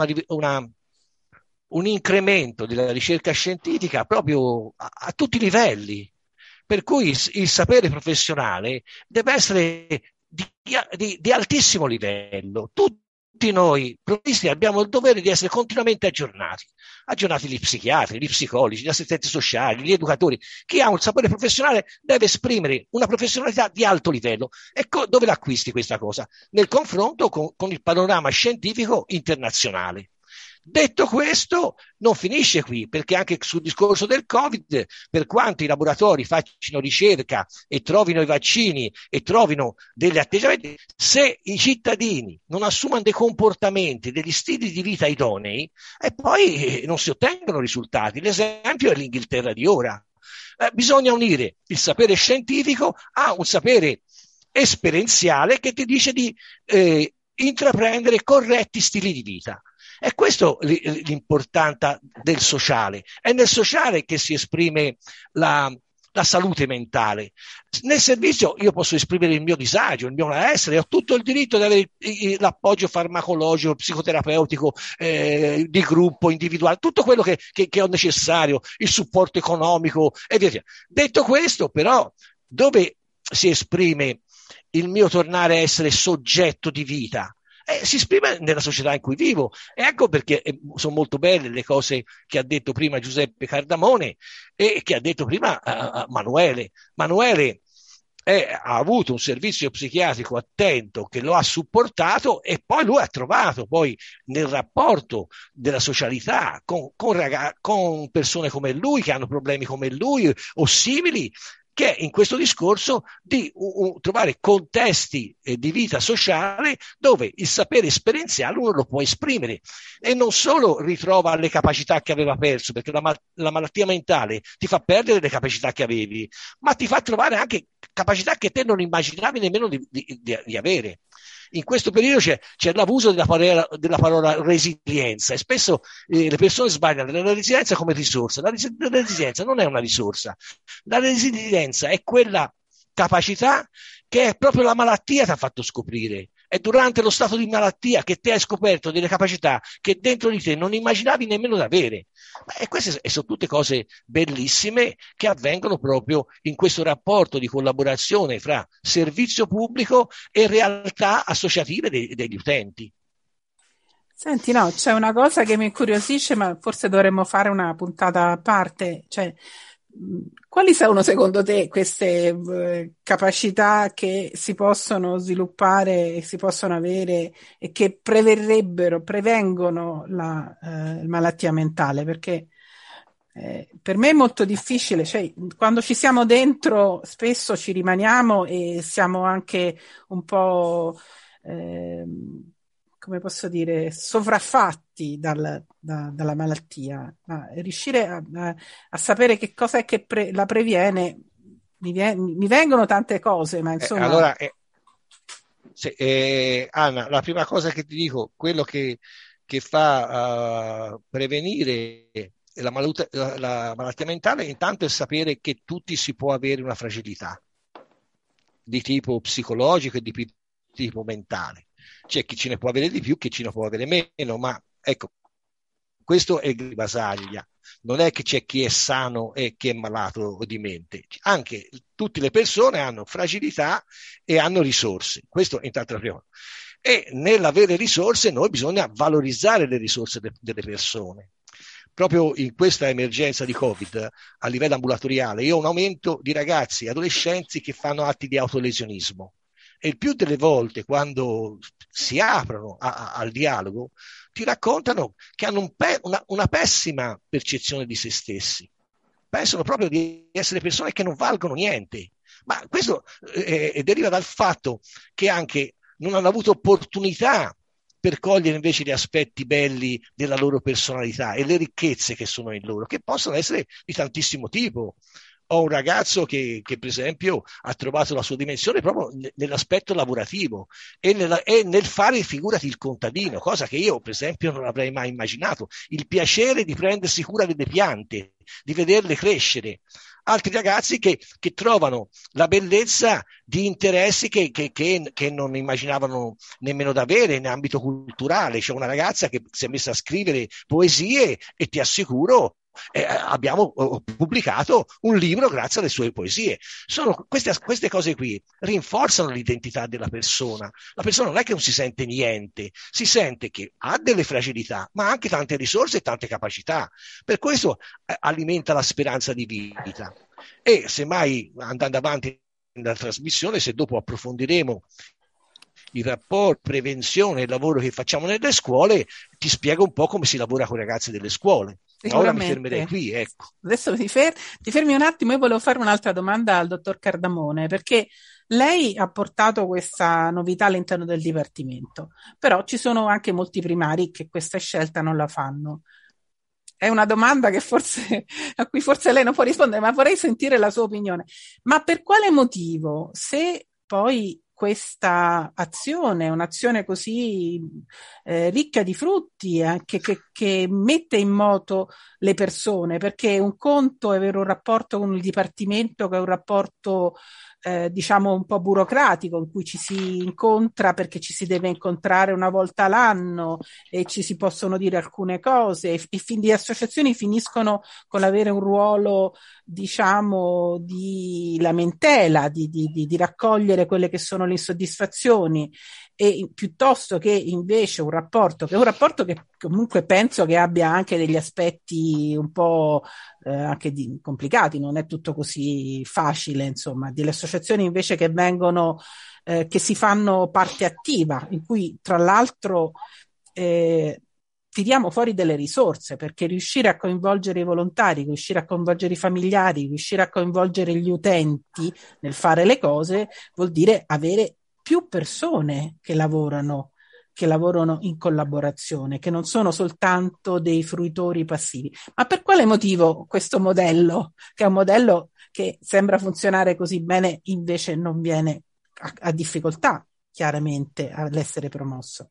un incremento della ricerca scientifica proprio a tutti i livelli, per cui il sapere professionale deve essere di altissimo livello. Tutti noi professionisti abbiamo il dovere di essere continuamente aggiornati gli psichiatri, gli psicologi, gli assistenti sociali, gli educatori. Chi ha un sapere professionale deve esprimere una professionalità di alto livello. E dove l'acquisti questa cosa? Nel confronto con il panorama scientifico internazionale. Detto questo, non finisce qui, perché anche sul discorso del Covid, per quanto i laboratori facciano ricerca e trovino i vaccini e trovino degli atteggiamenti, se i cittadini non assumano dei comportamenti, degli stili di vita idonei, e poi non si ottengono risultati. L'esempio è l'Inghilterra di ora. Bisogna unire il sapere scientifico a un sapere esperienziale che ti dice di intraprendere corretti stili di vita. E questo l'importanza del sociale. È nel sociale che si esprime la salute mentale. Nel servizio io posso esprimere il mio disagio, il mio malessere, ho tutto il diritto di avere l'appoggio farmacologico, psicoterapeutico, di gruppo, individuale, tutto quello che ho necessario, il supporto economico e via via. Detto questo, però, dove si esprime il mio tornare a essere soggetto di vita? Si esprime nella società in cui vivo. E ecco perché sono molto belle le cose che ha detto prima Giuseppe Cardamone e che ha detto prima Manuele. Manuele ha avuto un servizio psichiatrico attento che lo ha supportato, e poi lui ha trovato poi nel rapporto della socialità con persone come lui, che hanno problemi come lui o simili, che è in questo discorso di trovare contesti di vita sociale dove il sapere esperienziale uno lo può esprimere e non solo ritrova le capacità che aveva perso, perché la malattia mentale ti fa perdere le capacità che avevi, ma ti fa trovare anche capacità che te non immaginavi nemmeno di avere. In questo periodo c'è l'abuso della parola resilienza e spesso le persone sbagliano la resilienza come risorsa. La resilienza non è una risorsa, la resilienza è quella capacità che è proprio la malattia ti ha fatto scoprire. È durante lo stato di malattia che te hai scoperto delle capacità che dentro di te non immaginavi nemmeno di avere. E queste sono tutte cose bellissime che avvengono proprio in questo rapporto di collaborazione fra servizio pubblico e realtà associative degli utenti. Senti, no, c'è una cosa che mi incuriosisce, ma forse dovremmo fare una puntata a parte, cioè quali sono secondo te queste capacità che si possono sviluppare e si possono avere e che prevengono la malattia mentale? Perché per me è molto difficile, cioè quando ci siamo dentro spesso ci rimaniamo e siamo anche un po' come posso dire, sovraffatti dalla malattia, ma riuscire a sapere che cosa è che la previene, mi vengono tante cose, ma insomma... Allora, Anna, la prima cosa che ti dico, quello che fa prevenire la malattia mentale, intanto è sapere che tutti si può avere una fragilità di tipo psicologico e di tipo mentale. C'è chi ce ne può avere di più, chi ce ne può avere meno, ma ecco, questo è il basaglia. Non è che c'è chi è sano e chi è malato di mente. Anche tutte le persone hanno fragilità e hanno risorse. Questo è intanto la prima. E nell'avere risorse noi bisogna valorizzare le risorse delle persone. Proprio in questa emergenza di Covid a livello ambulatoriale io ho un aumento di ragazzi e adolescenti che fanno atti di autolesionismo. E il più delle volte quando si aprono al dialogo ti raccontano che hanno una pessima percezione di se stessi. Pensano proprio di essere persone che non valgono niente. Ma questo deriva dal fatto che anche non hanno avuto opportunità per cogliere invece gli aspetti belli della loro personalità e le ricchezze che sono in loro, che possono essere di tantissimo tipo. Ho un ragazzo che per esempio ha trovato la sua dimensione proprio nell'aspetto lavorativo e nel fare, figurati, il contadino, cosa che io per esempio non avrei mai immaginato. Il piacere di prendersi cura delle piante, di vederle crescere. Altri ragazzi che trovano la bellezza di interessi che non immaginavano nemmeno di avere in ambito culturale. C'è una ragazza che si è messa a scrivere poesie e ti assicuro abbiamo pubblicato un libro grazie alle sue poesie. Queste cose qui rinforzano l'identità della persona. La persona non è che non si sente niente, si sente che ha delle fragilità, ma anche tante risorse e tante capacità. Per questo alimenta la speranza di vita. E semmai, andando avanti nella trasmissione, se dopo approfondiremo il rapporto, prevenzione e il lavoro che facciamo nelle scuole, ti spiego un po' come si lavora con i ragazzi delle scuole. Ora mi fermerei qui, ecco. Adesso ti fermi un attimo, io volevo fare un'altra domanda al dottor Cardamone, perché lei ha portato questa novità all'interno del dipartimento, però ci sono anche molti primari che questa scelta non la fanno. È una domanda che a cui forse lei non può rispondere, ma vorrei sentire la sua opinione. Ma per quale motivo, se poi questa azione, un'azione così ricca di frutti, che mette in moto le persone, perché un conto è avere un rapporto con il dipartimento che è un rapporto diciamo un po' burocratico, in cui ci si incontra perché ci si deve incontrare una volta l'anno e ci si possono dire alcune cose e le associazioni finiscono con l'avere un ruolo, diciamo, di lamentela, di raccogliere quelle che sono le insoddisfazioni, e piuttosto che invece un rapporto che comunque penso che abbia anche degli aspetti un po' anche complicati, non è tutto così facile, insomma, delle associazioni invece che vengono che si fanno parte attiva, in cui tra l'altro ti tiriamo fuori delle risorse, perché riuscire a coinvolgere i volontari, riuscire a coinvolgere i familiari, riuscire a coinvolgere gli utenti nel fare le cose vuol dire avere più persone che lavorano in collaborazione, che non sono soltanto dei fruitori passivi. Ma per quale motivo questo modello, che è un modello che sembra funzionare così bene, invece non viene a difficoltà, chiaramente, all'essere promosso?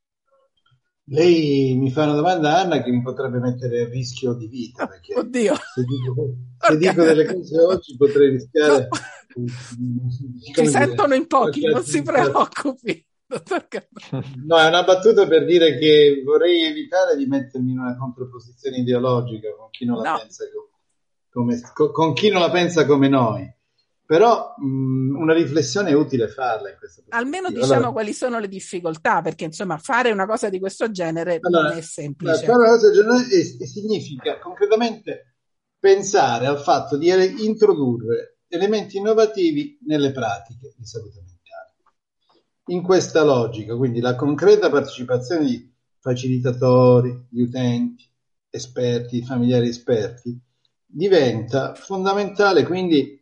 Lei mi fa una domanda, Anna, che mi potrebbe mettere a rischio di vita, perché Oddio. se dico delle cose oggi potrei rischiare... Ci sentono in pochi, non si preoccupi. No, è una battuta per dire che vorrei evitare di mettermi in una controposizione ideologica con chi non la pensa con chi non la pensa come noi. Però una riflessione è utile farla in questa almeno diciamo quali sono le difficoltà, perché insomma fare una cosa di questo genere non è semplice. Fare una cosa del genere significa concretamente pensare al fatto di introdurre elementi innovativi nelle pratiche di salute mentale. In questa logica, quindi la concreta partecipazione di facilitatori, di utenti, esperti, familiari esperti, diventa fondamentale, quindi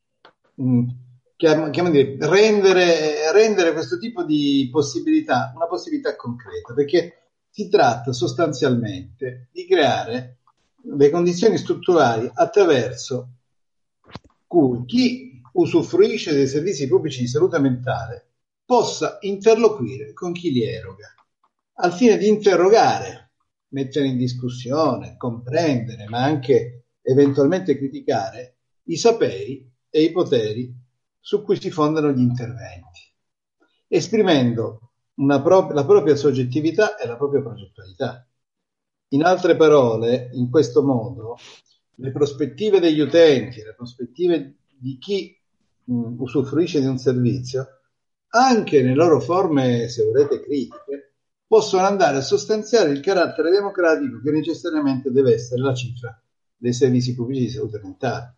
rendere questo tipo di possibilità una possibilità concreta, perché si tratta sostanzialmente di creare le condizioni strutturali attraverso cui chi usufruisce dei servizi pubblici di salute mentale possa interloquire con chi li eroga, al fine di interrogare, mettere in discussione, comprendere, ma anche eventualmente criticare i saperi e i poteri su cui si fondano gli interventi, esprimendo la propria soggettività e la propria progettualità. In altre parole, in questo modo, le prospettive degli utenti, le prospettive di chi usufruisce di un servizio, anche nelle loro forme, se volete, critiche, possono andare a sostanziare il carattere democratico che necessariamente deve essere la cifra dei servizi pubblici di salute mentale.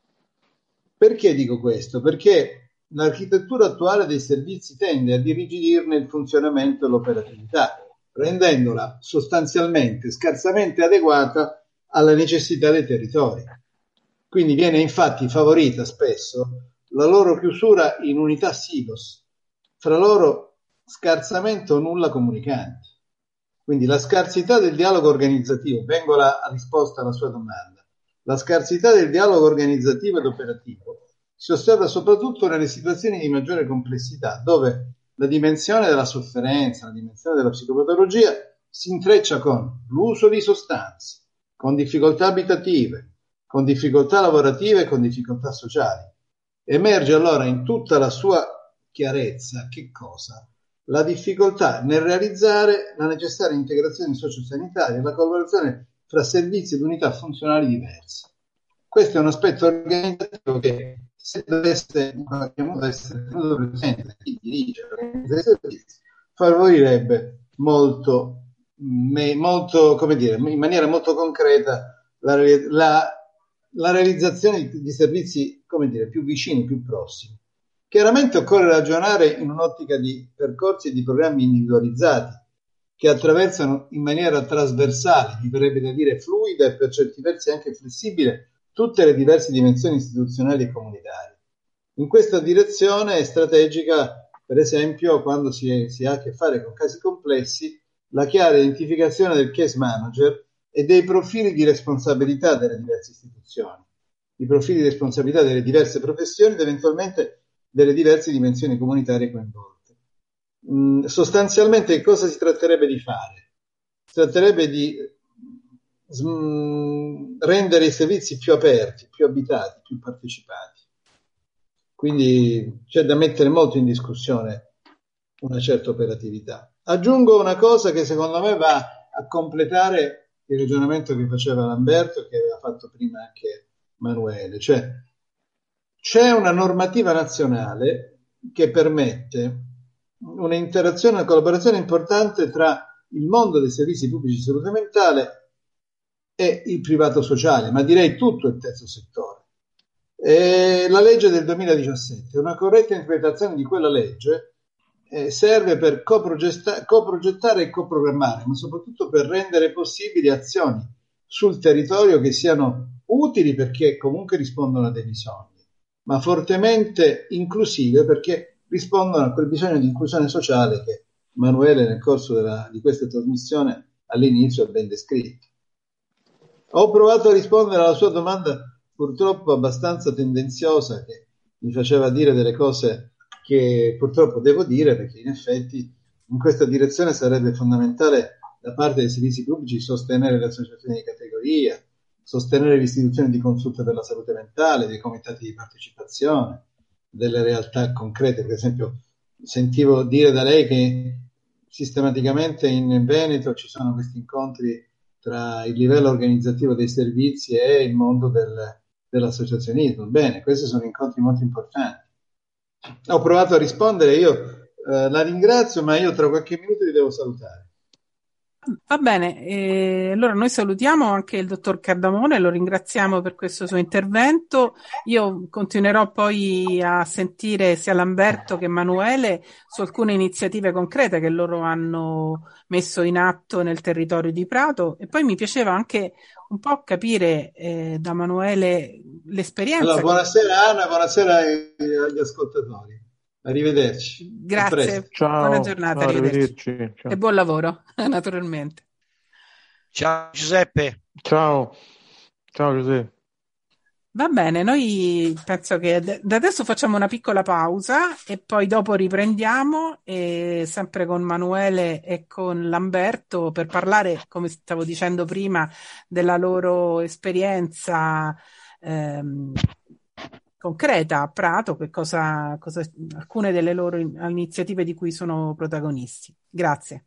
Perché dico questo? Perché l'architettura attuale dei servizi tende ad irrigidirne il funzionamento e l'operatività, rendendola sostanzialmente scarsamente adeguata alle necessità dei territori. Quindi viene infatti favorita spesso la loro chiusura in unità silos, fra loro scarsamente o nulla comunicanti. Quindi la scarsità del dialogo organizzativo, vengo alla risposta alla sua domanda, la scarsità del dialogo organizzativo ed operativo si osserva soprattutto nelle situazioni di maggiore complessità, dove la dimensione della sofferenza, la dimensione della psicopatologia si intreccia con l'uso di sostanze, con difficoltà abitative, con difficoltà lavorative e con difficoltà sociali. Emerge allora in tutta la sua chiarezza che cosa? La difficoltà nel realizzare la necessaria integrazione sociosanitaria e la collaborazione fra servizi ed unità funzionali diverse. Questo è un aspetto organizzativo che, se dovesse in qualche modo essere tenuto presente da chi dirige i servizi, favorirebbe molto, come dire, in maniera molto concreta la realizzazione di servizi, come dire, più vicini, più prossimi. Chiaramente occorre ragionare in un'ottica di percorsi e di programmi individualizzati che attraversano in maniera trasversale, mi verrebbe da dire fluida e per certi versi anche flessibile, tutte le diverse dimensioni istituzionali e comunitarie. In questa direzione è strategica, per esempio, quando si ha a che fare con casi complessi, la chiara identificazione del case manager e dei profili di responsabilità delle diverse istituzioni, i profili di responsabilità delle diverse professioni ed eventualmente delle diverse dimensioni comunitarie coinvolte. Sostanzialmente cosa si tratterebbe di fare? Si tratterebbe di rendere i servizi più aperti, più abitati, più partecipati. Quindi c'è da mettere molto in discussione una certa operatività. Aggiungo una cosa che secondo me va a completare il ragionamento che faceva Lamberto e che aveva fatto prima anche Manuele, cioè c'è una normativa nazionale che permette un'interazione, una collaborazione importante tra il mondo dei servizi pubblici di salute mentale e il privato sociale, ma direi tutto il terzo settore. La legge del 2017, una corretta interpretazione di quella legge serve per coprogettare e coprogrammare, ma soprattutto per rendere possibili azioni sul territorio che siano utili perché comunque rispondono a dei bisogni, ma fortemente inclusive perché rispondono a quel bisogno di inclusione sociale che Manuele nel corso di questa trasmissione all'inizio ha ben descritto. Ho provato a rispondere alla sua domanda, purtroppo abbastanza tendenziosa, che mi faceva dire delle cose che purtroppo devo dire, perché in effetti in questa direzione sarebbe fondamentale da parte dei servizi pubblici sostenere le associazioni di categoria, sostenere l'istituzione di consulta per la salute mentale, dei comitati di partecipazione, delle realtà concrete. Per esempio, sentivo dire da lei che sistematicamente in Veneto ci sono questi incontri tra il livello organizzativo dei servizi e il mondo dell'associazionismo. Bene, questi sono incontri molto importanti. Ho provato a rispondere, io la ringrazio, ma io tra qualche minuto vi devo salutare. Va bene, allora noi salutiamo anche il dottor Cardamone, lo ringraziamo per questo suo intervento. Io continuerò poi a sentire sia Lamberto che Emanuele su alcune iniziative concrete che loro hanno messo in atto nel territorio di Prato, e poi mi piaceva anche un po' capire da Emanuele l'esperienza. Allora, buonasera Anna, buonasera agli ascoltatori. Arrivederci. Grazie. Ciao. Buona giornata. Ciao, Arrivederci. Ciao. E buon lavoro, naturalmente. Ciao Giuseppe. Ciao Giuseppe. Va bene, noi penso che da adesso facciamo una piccola pausa e poi dopo riprendiamo, sempre con Manuele e con Lamberto, per parlare, come stavo dicendo prima, della loro esperienza concreta a Prato, alcune delle loro iniziative di cui sono protagonisti. Grazie.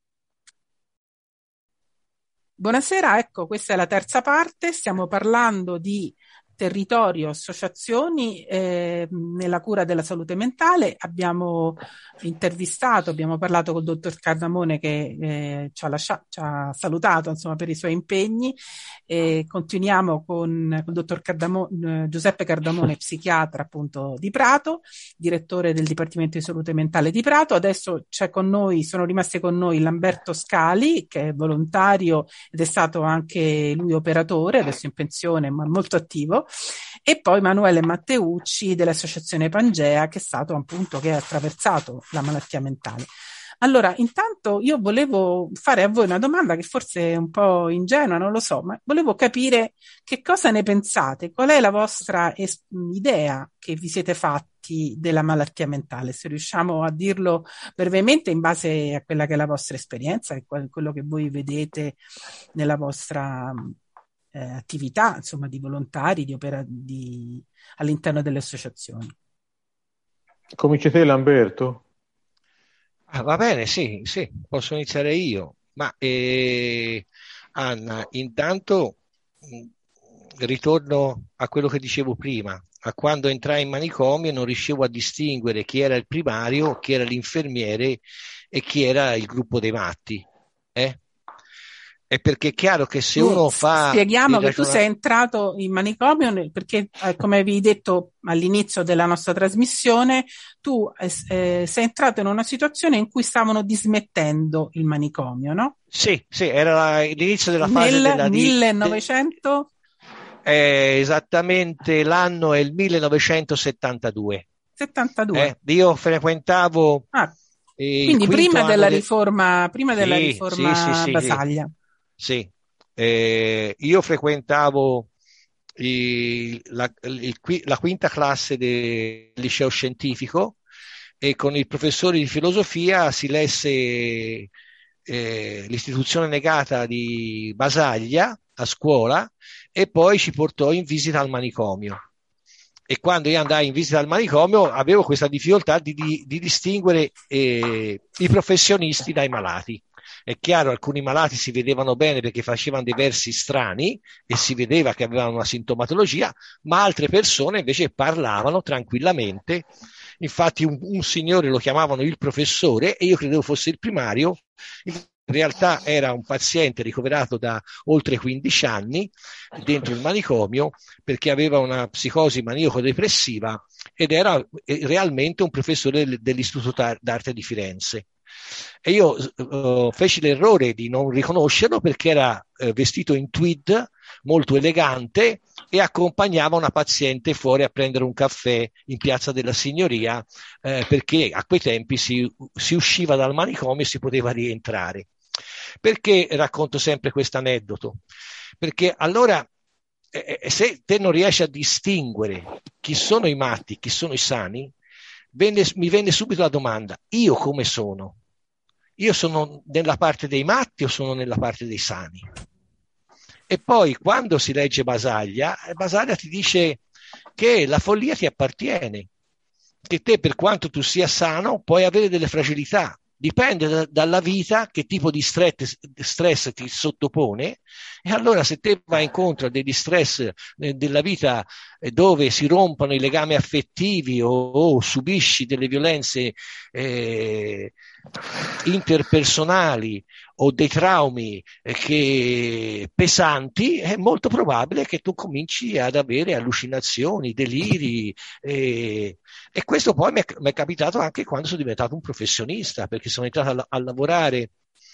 Buonasera, ecco, questa è la terza parte, stiamo parlando di territorio, associazioni nella cura della salute mentale. Abbiamo parlato col dottor Cardamone che ci ha salutato, insomma, per i suoi impegni, e continuiamo con il dottor Giuseppe Cardamone, psichiatra appunto di Prato, direttore del Dipartimento di Salute Mentale di Prato. Adesso sono rimasti con noi Lamberto Scali, che è volontario ed è stato anche lui operatore, adesso in pensione ma molto attivo, e poi Emanuele Matteucci dell'Associazione Pangea, che è stato appunto, che ha attraversato la malattia mentale. Allora, intanto io volevo fare a voi una domanda che forse è un po' ingenua, non lo so, ma volevo capire che cosa ne pensate, qual è la vostra idea che vi siete fatti della malattia mentale, se riusciamo a dirlo brevemente in base a quella che è la vostra esperienza e quello che voi vedete nella vostra attività, insomma, di volontari, all'interno delle associazioni. Cominci te, Lamberto? Va bene, sì, posso iniziare io. Ma Anna, intanto ritorno a quello che dicevo prima, a quando entrai in manicomio non riuscivo a distinguere chi era il primario, chi era l'infermiere e chi era il gruppo dei matti. È perché è chiaro che se uno fa... Spieghiamo che tu sei entrato in manicomio perché, come avevi detto all'inizio della nostra trasmissione, tu sei entrato in una situazione in cui stavano dismettendo il manicomio, no? Sì, era l'inizio della fase della... 1900? Esattamente, l'anno è il 1972. 72. Io frequentavo... quindi prima della riforma Basaglia. Sì, io frequentavo la quinta classe del liceo scientifico e con il professore di filosofia si lesse l'istituzione negata di Basaglia a scuola e poi ci portò in visita al manicomio. E quando io andai in visita al manicomio avevo questa difficoltà di distinguere i professionisti dai malati. È chiaro, alcuni malati si vedevano bene perché facevano dei versi strani e si vedeva che avevano una sintomatologia, ma altre persone invece parlavano tranquillamente. Infatti un signore lo chiamavano il professore e io credevo fosse il primario. In realtà era un paziente ricoverato da oltre 15 anni dentro il manicomio perché aveva una psicosi maniaco-depressiva ed era realmente un professore dell'Istituto d'Arte di Firenze. E io feci l'errore di non riconoscerlo perché era vestito in tweed, molto elegante, e accompagnava una paziente fuori a prendere un caffè in Piazza della Signoria, perché a quei tempi si usciva dal manicomio e si poteva rientrare. Perché racconto sempre questo aneddoto? Perché allora se te non riesci a distinguere chi sono i matti, chi sono i sani, mi venne subito la domanda: io come sono? Io sono nella parte dei matti o sono nella parte dei sani? E poi quando si legge Basaglia ti dice che la follia ti appartiene, che te, per quanto tu sia sano, puoi avere delle fragilità. Dipende dalla vita che tipo di stress ti sottopone, e allora se te vai incontro a degli stress della vita dove si rompono i legami affettivi o subisci delle violenze interpersonali o dei traumi pesanti, è molto probabile che tu cominci ad avere allucinazioni, deliri, e questo poi mi è capitato anche quando sono diventato un professionista, perché sono entrato a lavorare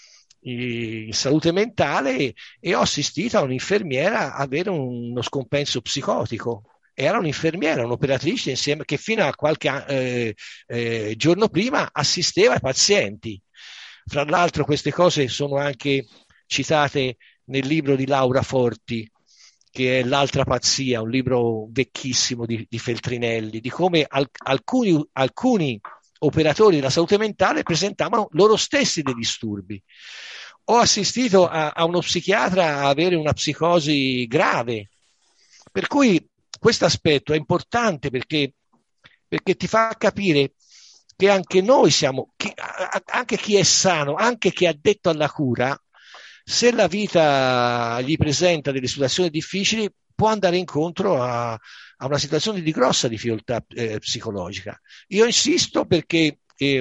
in salute mentale e ho assistito a un'infermiera avere uno scompenso psicotico. Era un'infermiera, un'operatrice insieme, che fino a qualche giorno prima assisteva i pazienti. Fra l'altro queste cose sono anche citate nel libro di Laura Forti, che è L'altra pazzia, un libro vecchissimo di Feltrinelli, di come alcuni operatori della salute mentale presentavano loro stessi dei disturbi. Ho assistito a uno psichiatra a avere una psicosi grave, per cui questo aspetto è importante perché ti fa capire che anche noi siamo, anche chi è sano, anche chi è addetto alla cura, se la vita gli presenta delle situazioni difficili, può andare incontro a una situazione di grossa difficoltà psicologica. Io insisto perché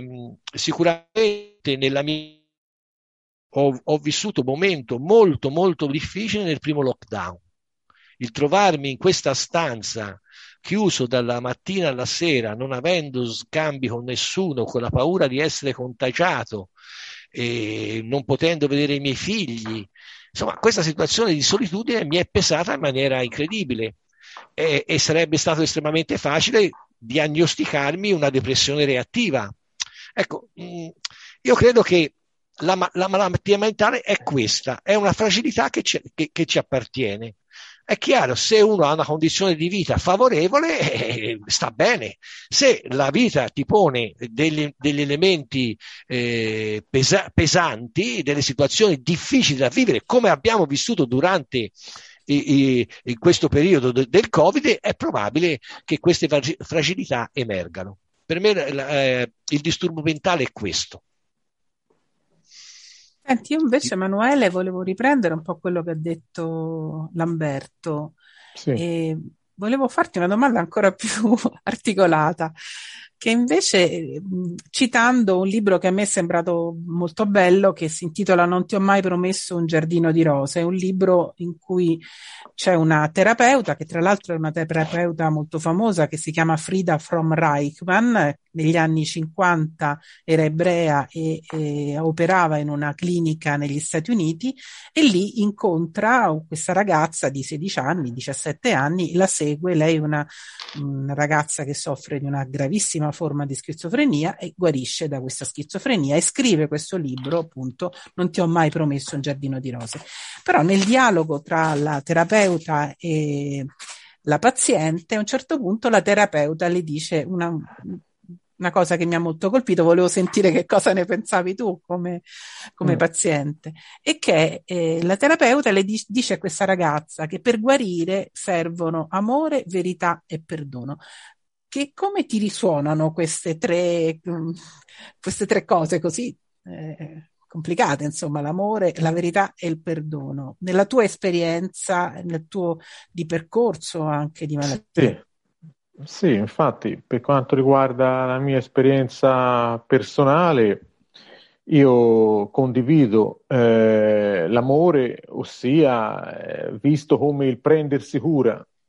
sicuramente nella mia ho vissuto un momento molto molto difficile nel primo lockdown. Il trovarmi in questa stanza chiuso dalla mattina alla sera, non avendo scambi con nessuno, con la paura di essere contagiato, e non potendo vedere i miei figli. Insomma, questa situazione di solitudine mi è pesata in maniera incredibile e sarebbe stato estremamente facile diagnosticarmi una depressione reattiva. Ecco, io credo che la malattia mentale è questa, è una fragilità che ci appartiene. È chiaro, se uno ha una condizione di vita favorevole, sta bene. Se la vita ti pone degli elementi pesanti, delle situazioni difficili da vivere, come abbiamo vissuto durante in questo periodo del Covid, è probabile che queste fragilità emergano. Per me il disturbo mentale è questo. Senti, io invece, Emanuele, volevo riprendere un po' quello che ha detto Lamberto. Sì. E volevo farti una domanda ancora più articolata, che invece, citando un libro che a me è sembrato molto bello, che si intitola Non ti ho mai promesso un giardino di rose, è un libro in cui c'è una terapeuta, che tra l'altro è una terapeuta molto famosa, che si chiama Frida Fromm-Reichmann. Negli anni 50 era ebrea e operava in una clinica negli Stati Uniti, e lì incontra questa ragazza di 16 anni, 17 anni, la segue. Lei è una ragazza che soffre di una gravissima forma di schizofrenia e guarisce da questa schizofrenia, e scrive questo libro, appunto, Non ti ho mai promesso un giardino di rose. Però nel dialogo tra la terapeuta e la paziente, a un certo punto la terapeuta le dice una cosa che mi ha molto colpito. Volevo sentire che cosa ne pensavi tu come paziente, e che la terapeuta le dice a questa ragazza che per guarire servono amore, verità e perdono. Come ti risuonano queste tre cose così complicate, insomma, l'amore, la verità e il perdono, nella tua esperienza, nel tuo di percorso anche di malattia? Sì, infatti, per quanto riguarda la mia esperienza personale, io condivido l'amore, ossia visto come il prendersi cura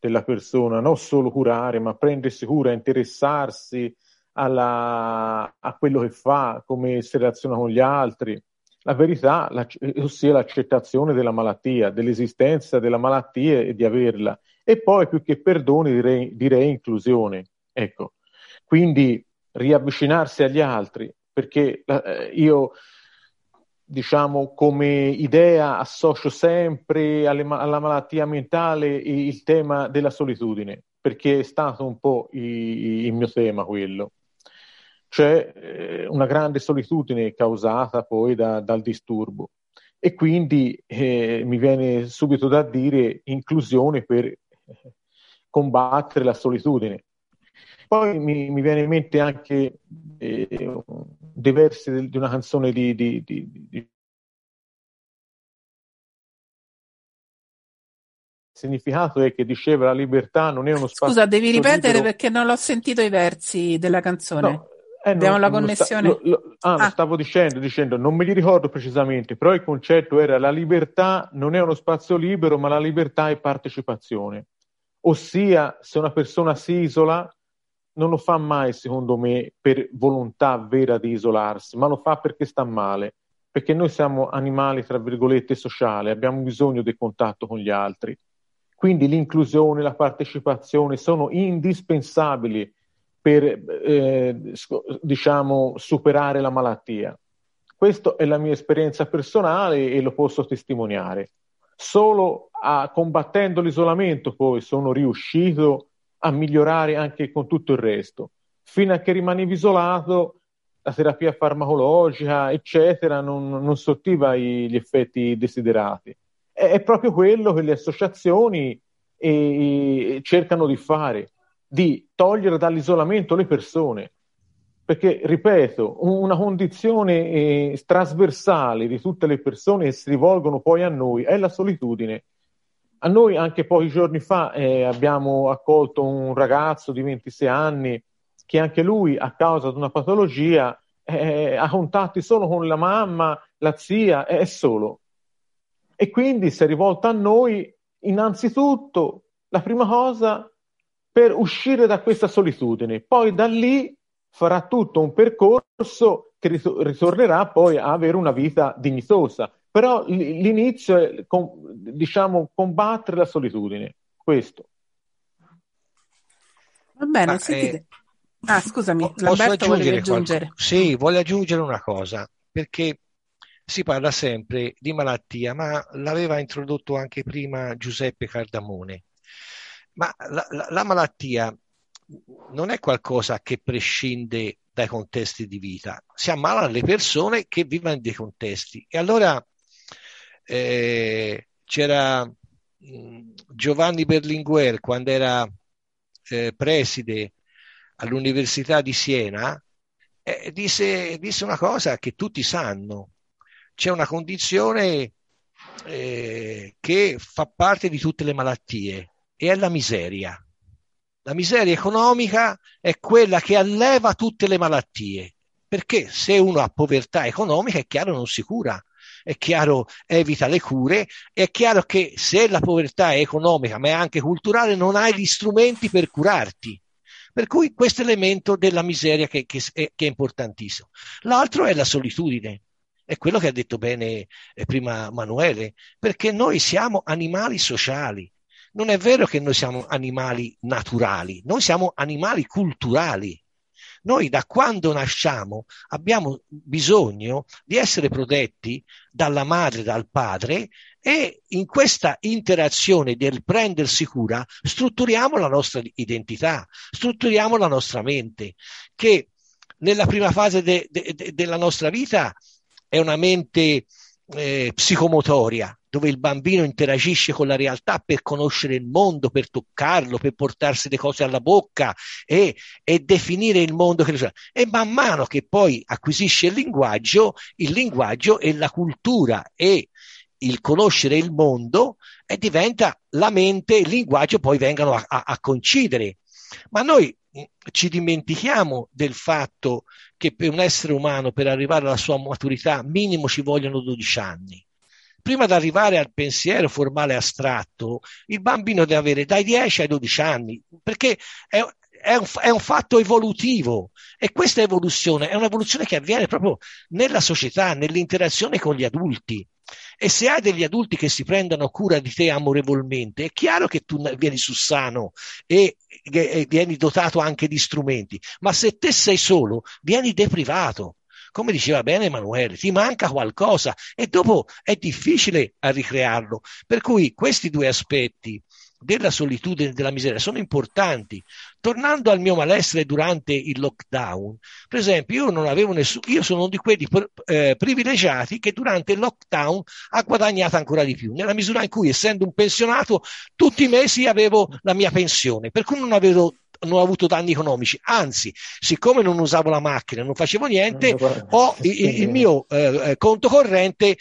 della persona, non solo curare, ma prendersi cura, interessarsi a quello che fa, come si relaziona con gli altri. La verità, ossia l'accettazione della malattia, dell'esistenza della malattia e di averla. E poi, più che perdoni, direi inclusione. Ecco, quindi riavvicinarsi agli altri, perché io, diciamo, come idea associo sempre alla malattia mentale il tema della solitudine, perché è stato un po' il mio tema quello. C'è una grande solitudine causata poi dal disturbo e quindi mi viene subito da dire inclusione per combattere la solitudine. Poi mi viene in mente anche dei versi di una canzone di il significato è che diceva la libertà non è uno spazio Scusa, devi ripetere libero. perché non l'ho sentito i versi della canzone. No, Abbiamo la connessione. lo stavo dicendo, non me li ricordo precisamente, però il concetto era la libertà non è uno spazio libero, ma la libertà è partecipazione. Ossia, se una persona si isola, non lo fa mai, secondo me, per volontà vera di isolarsi, ma lo fa perché sta male, perché noi siamo animali, tra virgolette, sociali, abbiamo bisogno del contatto con gli altri. Quindi l'inclusione, la partecipazione sono indispensabili per, diciamo, superare la malattia. Questa è la mia esperienza personale e lo posso testimoniare. Solo combattendo l'isolamento poi sono riuscito a migliorare anche con tutto il resto. Fino a che rimanevi isolato, la terapia farmacologica, eccetera, non sortiva gli effetti desiderati. È proprio quello che le associazioni cercano di fare, di togliere dall'isolamento le persone. Perché, ripeto, una condizione trasversale di tutte le persone che si rivolgono poi a noi è la solitudine. A noi anche pochi giorni fa abbiamo accolto un ragazzo di 26 anni che anche lui, a causa di una patologia, ha contatti solo con la mamma, la zia, è solo. E quindi si è rivolto a noi innanzitutto, la prima cosa, per uscire da questa solitudine. Poi da lì farà tutto un percorso che ritornerà poi a avere una vita dignitosa. Però l'inizio è, diciamo, combattere la solitudine. Questo. Va bene, sentite. Scusami, Lamberto volevi aggiungere. Sì, voglio aggiungere una cosa, perché si parla sempre di malattia, ma l'aveva introdotto anche prima Giuseppe Cardamone. Ma la malattia non è qualcosa che prescinde dai contesti di vita. Si ammalano le persone che vivono in dei contesti. E allora c'era Giovanni Berlinguer, quando era preside all'Università di Siena, disse una cosa che tutti sanno. C'è una condizione che fa parte di tutte le malattie e è la miseria. La miseria economica è quella che alleva tutte le malattie, perché se uno ha povertà economica è chiaro non si cura, è chiaro evita le cure, è chiaro che se la povertà è economica ma è anche culturale non hai gli strumenti per curarti. Per cui questo elemento della miseria che è importantissimo. L'altro è la solitudine. È quello che ha detto bene prima Manuele, perché noi siamo animali sociali. Non è vero che noi siamo animali naturali, noi siamo animali culturali. Noi da quando nasciamo abbiamo bisogno di essere protetti dalla madre, dal padre, e in questa interazione del prendersi cura strutturiamo la nostra identità, strutturiamo la nostra mente, che nella prima fase della nostra vita è una mente psicomotoria, dove il bambino interagisce con la realtà per conoscere il mondo, per toccarlo, per portarsi le cose alla bocca e definire il mondo. E man mano che poi acquisisce il linguaggio e la cultura e il conoscere il mondo diventa la mente e il linguaggio poi vengono a coincidere. Ma noi ci dimentichiamo del fatto che per un essere umano, per arrivare alla sua maturità, minimo ci vogliono 12 anni. prima di arrivare al pensiero formale astratto, il bambino deve avere dai 10 ai 12 anni, perché è un fatto evolutivo, e questa evoluzione è un'evoluzione che avviene proprio nella società, nell'interazione con gli adulti. E se hai degli adulti che si prendono cura di te amorevolmente, è chiaro che tu vieni su sano e vieni dotato anche di strumenti, ma se te sei solo, vieni deprivato. Come diceva bene Emanuele, ti manca qualcosa e dopo è difficile a ricrearlo. Per cui questi due aspetti della solitudine e della miseria sono importanti. Tornando al mio malessere durante il lockdown, per esempio, io non avevo io sono di quelli privilegiati che durante il lockdown ha guadagnato ancora di più, nella misura in cui, essendo un pensionato, tutti i mesi avevo la mia pensione, per cui non ho avuto danni economici, anzi, siccome non usavo la macchina, non facevo niente, il mio conto corrente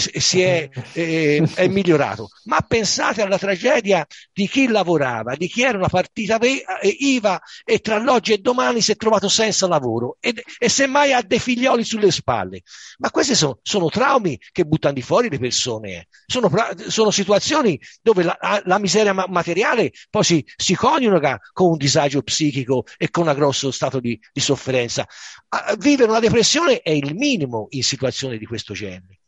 è migliorato. Ma pensate alla tragedia di chi lavorava, di chi era una partita IVA e tra l'oggi e domani si è trovato senza lavoro e semmai ha dei figlioli sulle spalle. Ma questi sono traumi che buttano di fuori le persone. Sono situazioni dove la miseria materiale poi si coniuga con un disagio psichico e con un grosso stato di sofferenza. Vivere una depressione è il minimo in situazioni di questo genere.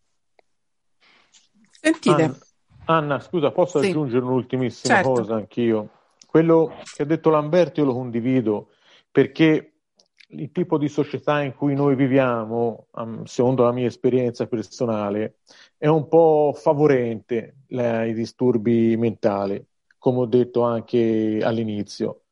Sentite. Anna, scusa, posso aggiungere un'ultimissima cosa anch'io? Quello che ha detto Lamberto io lo condivido, perché il tipo di società in cui noi viviamo, secondo la mia esperienza personale, è un po' favorente ai disturbi mentali, come ho detto anche all'inizio.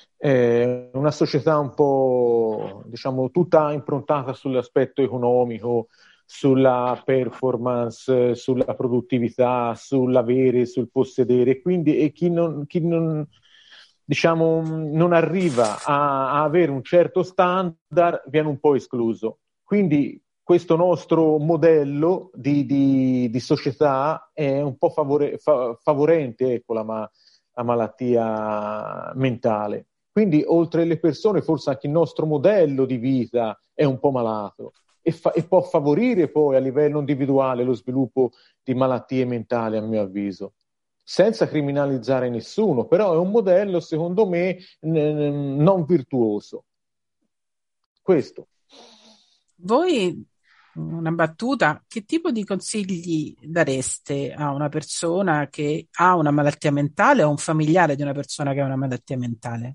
È una società un po', diciamo, tutta improntata sull'aspetto economico, sulla performance, sulla produttività, sull'avere, sul possedere. Quindi chi non diciamo, non arriva a avere un certo standard viene un po' escluso. Quindi questo nostro modello di società è un po' favorente, ecco, la malattia mentale. Quindi oltre alle persone forse anche il nostro modello di vita è un po' malato e può favorire poi a livello individuale lo sviluppo di malattie mentali, a mio avviso, senza criminalizzare nessuno, però è un modello secondo me non virtuoso. Questo. Voi, una battuta, che tipo di consigli dareste a una persona che ha una malattia mentale o a un familiare di una persona che ha una malattia mentale?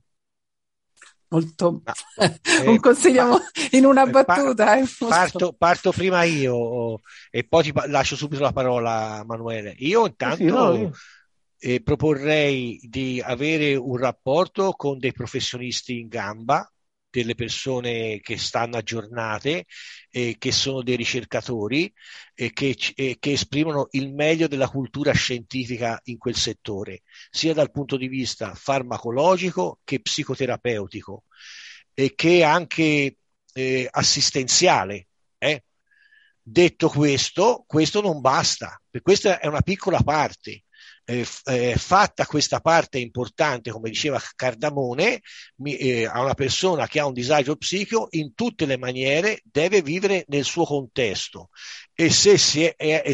Molto un consiglio in una battuta. Parto prima io e poi ti lascio subito la parola, Manuele. Io intanto proporrei di avere un rapporto con dei professionisti in gamba, delle persone che stanno aggiornate, che sono dei ricercatori e che esprimono il meglio della cultura scientifica in quel settore, sia dal punto di vista farmacologico che psicoterapeutico e che anche assistenziale. Detto questo non basta, questa è una piccola parte. Fatta questa parte importante, come diceva Cardamone, a una persona che ha un disagio psichico in tutte le maniere deve vivere nel suo contesto, e se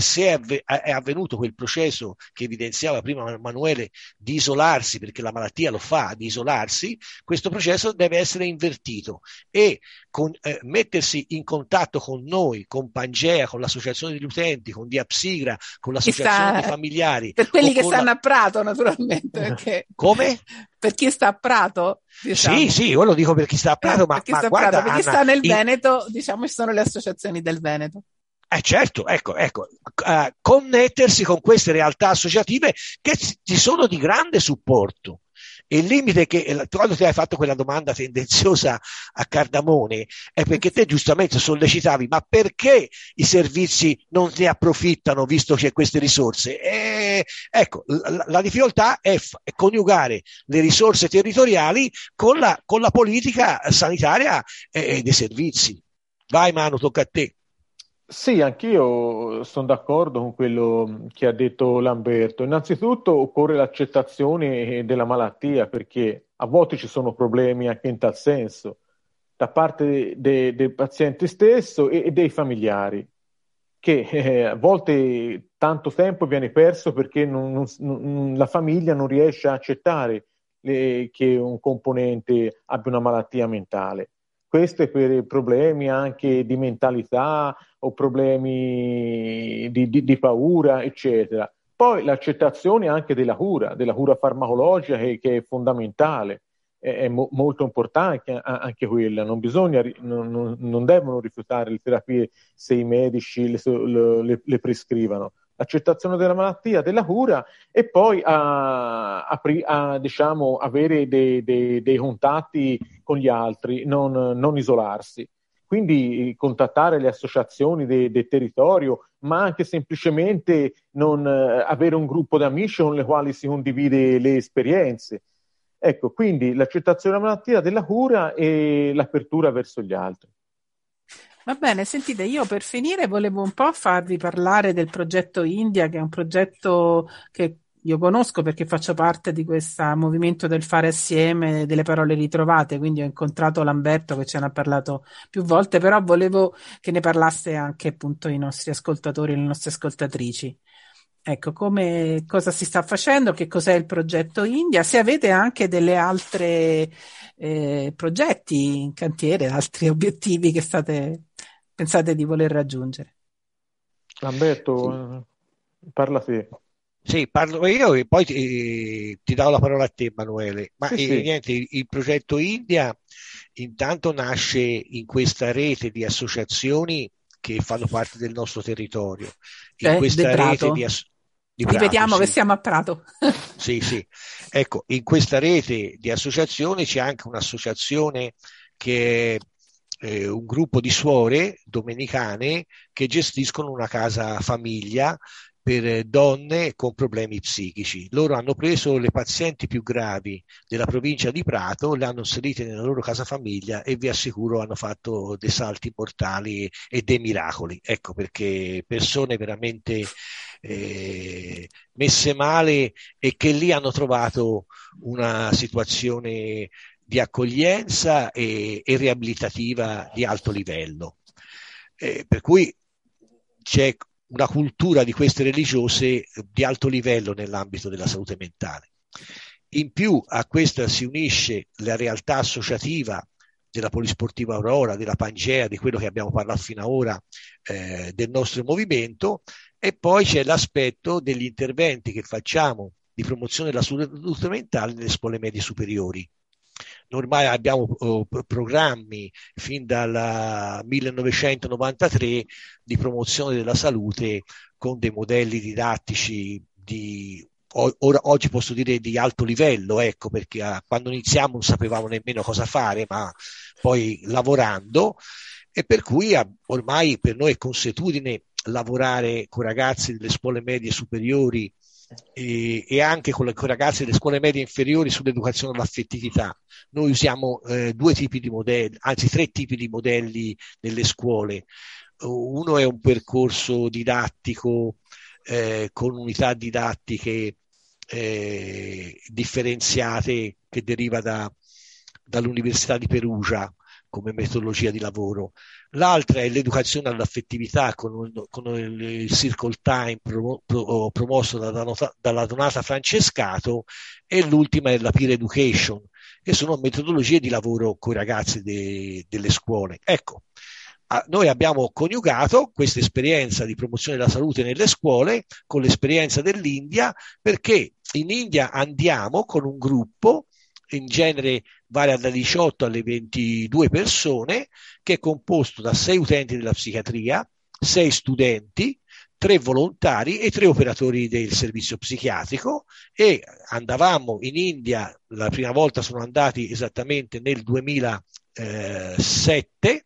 è avvenuto quel processo che evidenziava prima Emanuele di isolarsi, perché la malattia lo fa, di isolarsi, questo processo deve essere invertito e mettersi in contatto con noi, con Pangea, con l'associazione degli utenti, con Diapsigra, con l'associazione dei familiari, per quelli che stanno a Prato, naturalmente, perché come? Per chi sta a Prato, diciamo. Sì, io lo dico per chi sta a Prato, ma guarda, per chi sta nel Veneto, diciamo, ci sono le associazioni del Veneto. Certo, ecco, connettersi con queste realtà associative che ci sono di grande supporto. Il limite che quando ti hai fatto quella domanda tendenziosa a Cardamone è perché te giustamente sollecitavi, ma perché i servizi non ne approfittano visto che c'è queste risorse? Ecco, la difficoltà è coniugare le risorse territoriali con la politica sanitaria e dei servizi. Vai Manu, tocca a te. Sì, anch'io sono d'accordo con quello che ha detto Lamberto. Innanzitutto occorre l'accettazione della malattia, perché a volte ci sono problemi anche in tal senso, da parte del paziente stesso e dei familiari. che a volte tanto tempo viene perso perché la famiglia non riesce a accettare che un componente abbia una malattia mentale. Questo è per problemi anche di mentalità o problemi di paura, eccetera. Poi l'accettazione anche della cura farmacologica che è fondamentale, è molto importante anche quella. Non bisogna, non devono rifiutare le terapie se i medici le prescrivano. L'accettazione della malattia, della cura, e poi diciamo, avere dei contatti con gli altri, non isolarsi. Quindi contattare le associazioni del territorio, ma anche semplicemente avere un gruppo di amici con le quali si condivide le esperienze. Ecco, quindi l'accettazione della malattia, della cura e l'apertura verso gli altri. Va bene, sentite, io per finire volevo un po' farvi parlare del progetto India, che è un progetto che io conosco perché faccio parte di questo movimento del fare assieme, delle parole ritrovate, quindi ho incontrato Lamberto che ce ne ha parlato più volte, però volevo che ne parlasse anche appunto i nostri ascoltatori e le nostre ascoltatrici. Ecco, cosa si sta facendo, che cos'è il progetto India, se avete anche delle altre progetti in cantiere, altri obiettivi che pensate di voler raggiungere. Lamberto, parla te. Sì, parlo io e poi ti do la parola a te, Emanuele. Ma Sì. niente, il progetto India intanto nasce in questa rete di associazioni che fanno parte del nostro territorio. In questa rete di Prato, ripetiamo, sì. Che siamo a Prato. Sì. Ecco, in questa rete di associazioni c'è anche un'associazione che è un gruppo di suore domenicane che gestiscono una casa famiglia per donne con problemi psichici. Loro hanno preso le pazienti più gravi della provincia di Prato, le hanno inserite nella loro casa famiglia e vi assicuro hanno fatto dei salti mortali e dei miracoli. Ecco, perché persone veramente messe male e che lì hanno trovato una situazione di accoglienza e riabilitativa di alto livello. Per cui c'è una cultura di queste religiose di alto livello nell'ambito della salute mentale. In più a questa si unisce la realtà associativa della Polisportiva Aurora, della Pangea, di quello che abbiamo parlato fino ad ora del nostro movimento, e poi c'è l'aspetto degli interventi che facciamo di promozione della salute mentale nelle scuole medie superiori. Noi ormai abbiamo programmi fin dal 1993 di promozione della salute con dei modelli didattici oggi posso dire di alto livello, ecco, perché quando iniziamo non sapevamo nemmeno cosa fare, ma poi lavorando, e per cui ormai per noi è consuetudine lavorare con ragazzi delle scuole medie superiori e anche con i ragazzi delle scuole medie inferiori sull'educazione all'affettività. Noi usiamo due tipi di modelli, anzi 3 tipi di modelli nelle scuole. Uno è un percorso didattico con unità didattiche differenziate che deriva dall'Università di Perugia come metodologia di lavoro. L'altra è l'educazione all'affettività con il Circle Time promosso dalla Donata Francescato, e l'ultima è la Peer Education, che sono metodologie di lavoro con i ragazzi delle scuole. Ecco, noi abbiamo coniugato questa esperienza di promozione della salute nelle scuole con l'esperienza dell'India, perché in India andiamo con un gruppo, in genere varia da 18 alle 22 persone, che è composto da 6 utenti della psichiatria, 6 studenti, 3 volontari e 3 operatori del servizio psichiatrico, e andavamo in India, la prima volta sono andati esattamente nel 2007,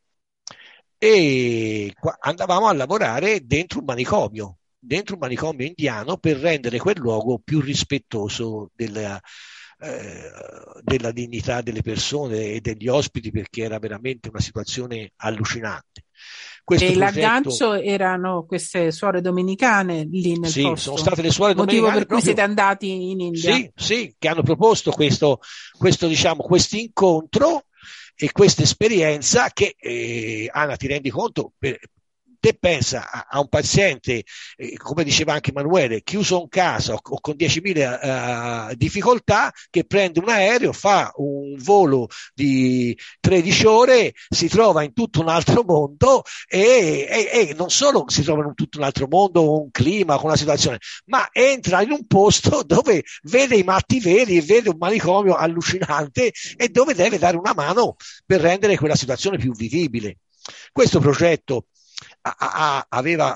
e andavamo a lavorare dentro un manicomio indiano per rendere quel luogo più rispettoso della dignità delle persone e degli ospiti, perché era veramente una situazione allucinante. L'aggancio erano queste suore domenicane lì nel posto? Sì, sono state le suore domenicane. Motivo per cui siete andati in India? Sì, che hanno proposto questo incontro e questa esperienza che, Anna, ti rendi conto, Te pensa a un paziente, come diceva anche Emanuele, chiuso in casa o con 10.000 difficoltà, che prende un aereo, fa un volo di 13 ore, si trova in tutto un altro mondo e non solo si trova in tutto un altro mondo, un clima, con una situazione, ma entra in un posto dove vede i matti veri e vede un manicomio allucinante e dove deve dare una mano per rendere quella situazione più vivibile. Questo progetto ha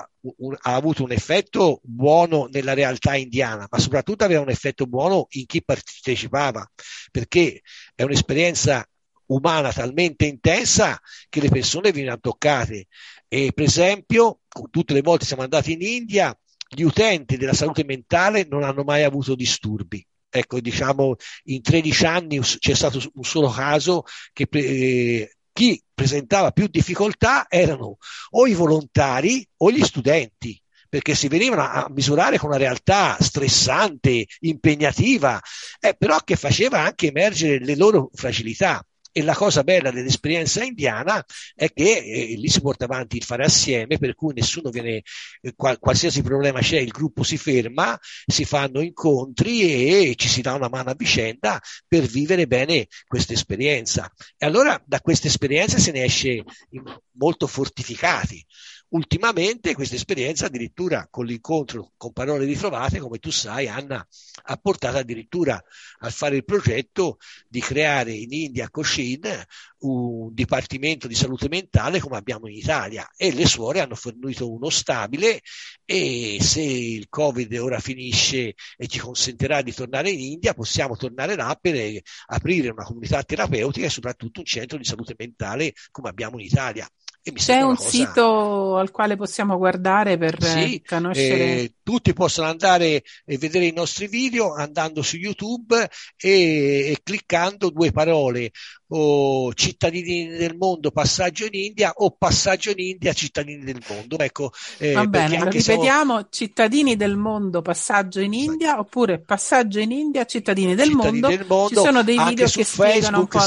avuto un effetto buono nella realtà indiana, ma soprattutto aveva un effetto buono in chi partecipava, perché è un'esperienza umana talmente intensa che le persone venivano toccate. E per esempio, tutte le volte siamo andati in India, gli utenti della salute mentale non hanno mai avuto disturbi. Ecco, diciamo, in 13 anni c'è stato un solo caso che chi presentava più difficoltà erano o i volontari o gli studenti, perché si venivano a misurare con una realtà stressante, impegnativa, però che faceva anche emergere le loro fragilità. E la cosa bella dell'esperienza indiana è che lì si porta avanti il fare assieme, per cui nessuno viene, qualsiasi problema c'è, il gruppo si ferma, si fanno incontri e ci si dà una mano a vicenda per vivere bene questa esperienza. E allora da questa esperienza se ne esce molto fortificati. Ultimamente questa esperienza, addirittura con l'incontro con Parole Ritrovate, come tu sai Anna, ha portato addirittura a fare il progetto di creare in India, a Cochin, un dipartimento di salute mentale come abbiamo in Italia, e le suore hanno fornito uno stabile, e se il Covid ora finisce e ci consentirà di tornare in India, possiamo tornare là per aprire una comunità terapeutica e soprattutto un centro di salute mentale come abbiamo in Italia. C'è un sito al quale possiamo guardare per conoscere? Tutti possono andare e vedere i nostri video andando su YouTube e cliccando due parole, o cittadini del mondo passaggio in India o passaggio in India cittadini del mondo. Ecco, va bene, lo ripetiamo, cittadini del mondo passaggio in India, oppure passaggio in India cittadini del mondo. Ci sono dei video che spiegano un po'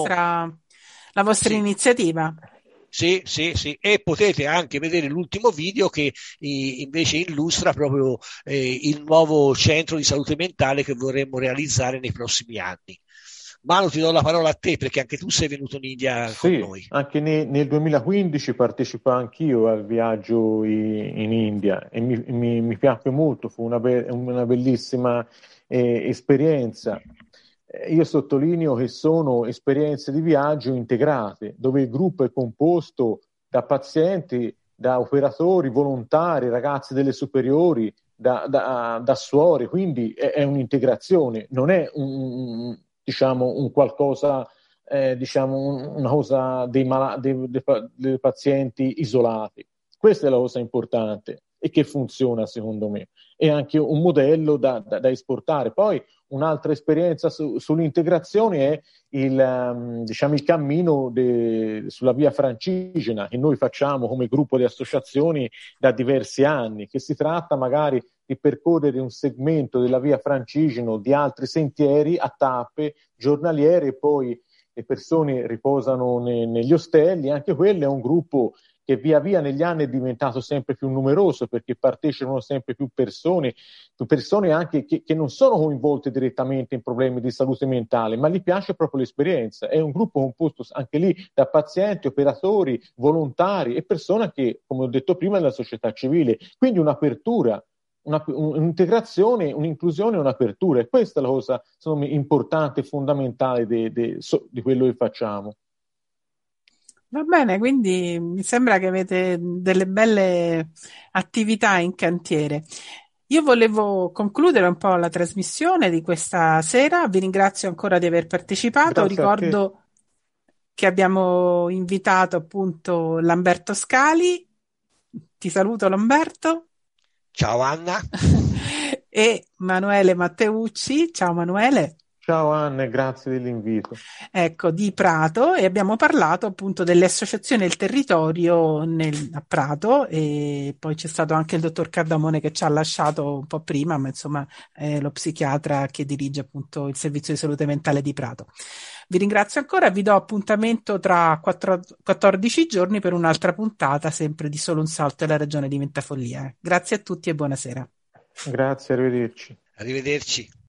la vostra iniziativa. Sì, e potete anche vedere l'ultimo video che invece illustra proprio il nuovo centro di salute mentale che vorremmo realizzare nei prossimi anni. Manu, ti do la parola a te, perché anche tu sei venuto in India con noi. Anche nel 2015 partecipai anch'io al viaggio in India e mi piacque molto, fu una bellissima esperienza. Io sottolineo che sono esperienze di viaggio integrate, dove il gruppo è composto da pazienti, da operatori, volontari, ragazzi delle superiori, da suore, quindi è un'integrazione, non è un qualcosa, una cosa dei pazienti isolati. Questa è la cosa importante e che funziona secondo me. È anche un modello da esportare. Poi un'altra esperienza sull'integrazione è il cammino sulla via francigena che noi facciamo come gruppo di associazioni da diversi anni, che si tratta magari di percorrere un segmento della via francigena, di altri sentieri a tappe giornaliere, e poi le persone riposano negli ostelli. Anche quello è un gruppo che via via negli anni è diventato sempre più numeroso, perché partecipano sempre più persone anche che non sono coinvolte direttamente in problemi di salute mentale, ma gli piace proprio l'esperienza. È un gruppo composto anche lì da pazienti, operatori, volontari e persone che, come ho detto prima, della società civile. Quindi un'apertura, un'integrazione, un'inclusione e un'apertura. E questa è la cosa, secondo me, importante e fondamentale di quello che facciamo. Va bene, quindi mi sembra che avete delle belle attività in cantiere. Io volevo concludere un po' la trasmissione di questa sera. Vi ringrazio ancora di aver partecipato. Grazie. Ricordo che abbiamo invitato appunto Lamberto Scali. Ti saluto, Lamberto. Ciao Anna. E Manuele Matteucci. Ciao Manuele. Ciao Anne, grazie dell'invito. Ecco, di Prato, e abbiamo parlato appunto delle associazioni del territorio a Prato, e poi c'è stato anche il dottor Cardamone che ci ha lasciato un po' prima, ma insomma è lo psichiatra che dirige appunto il servizio di salute mentale di Prato. Vi ringrazio ancora, vi do appuntamento tra 14 giorni per un'altra puntata, sempre di Solo un salto e la ragione di Ventafollia. Grazie a tutti e buonasera. Grazie, arrivederci. Arrivederci.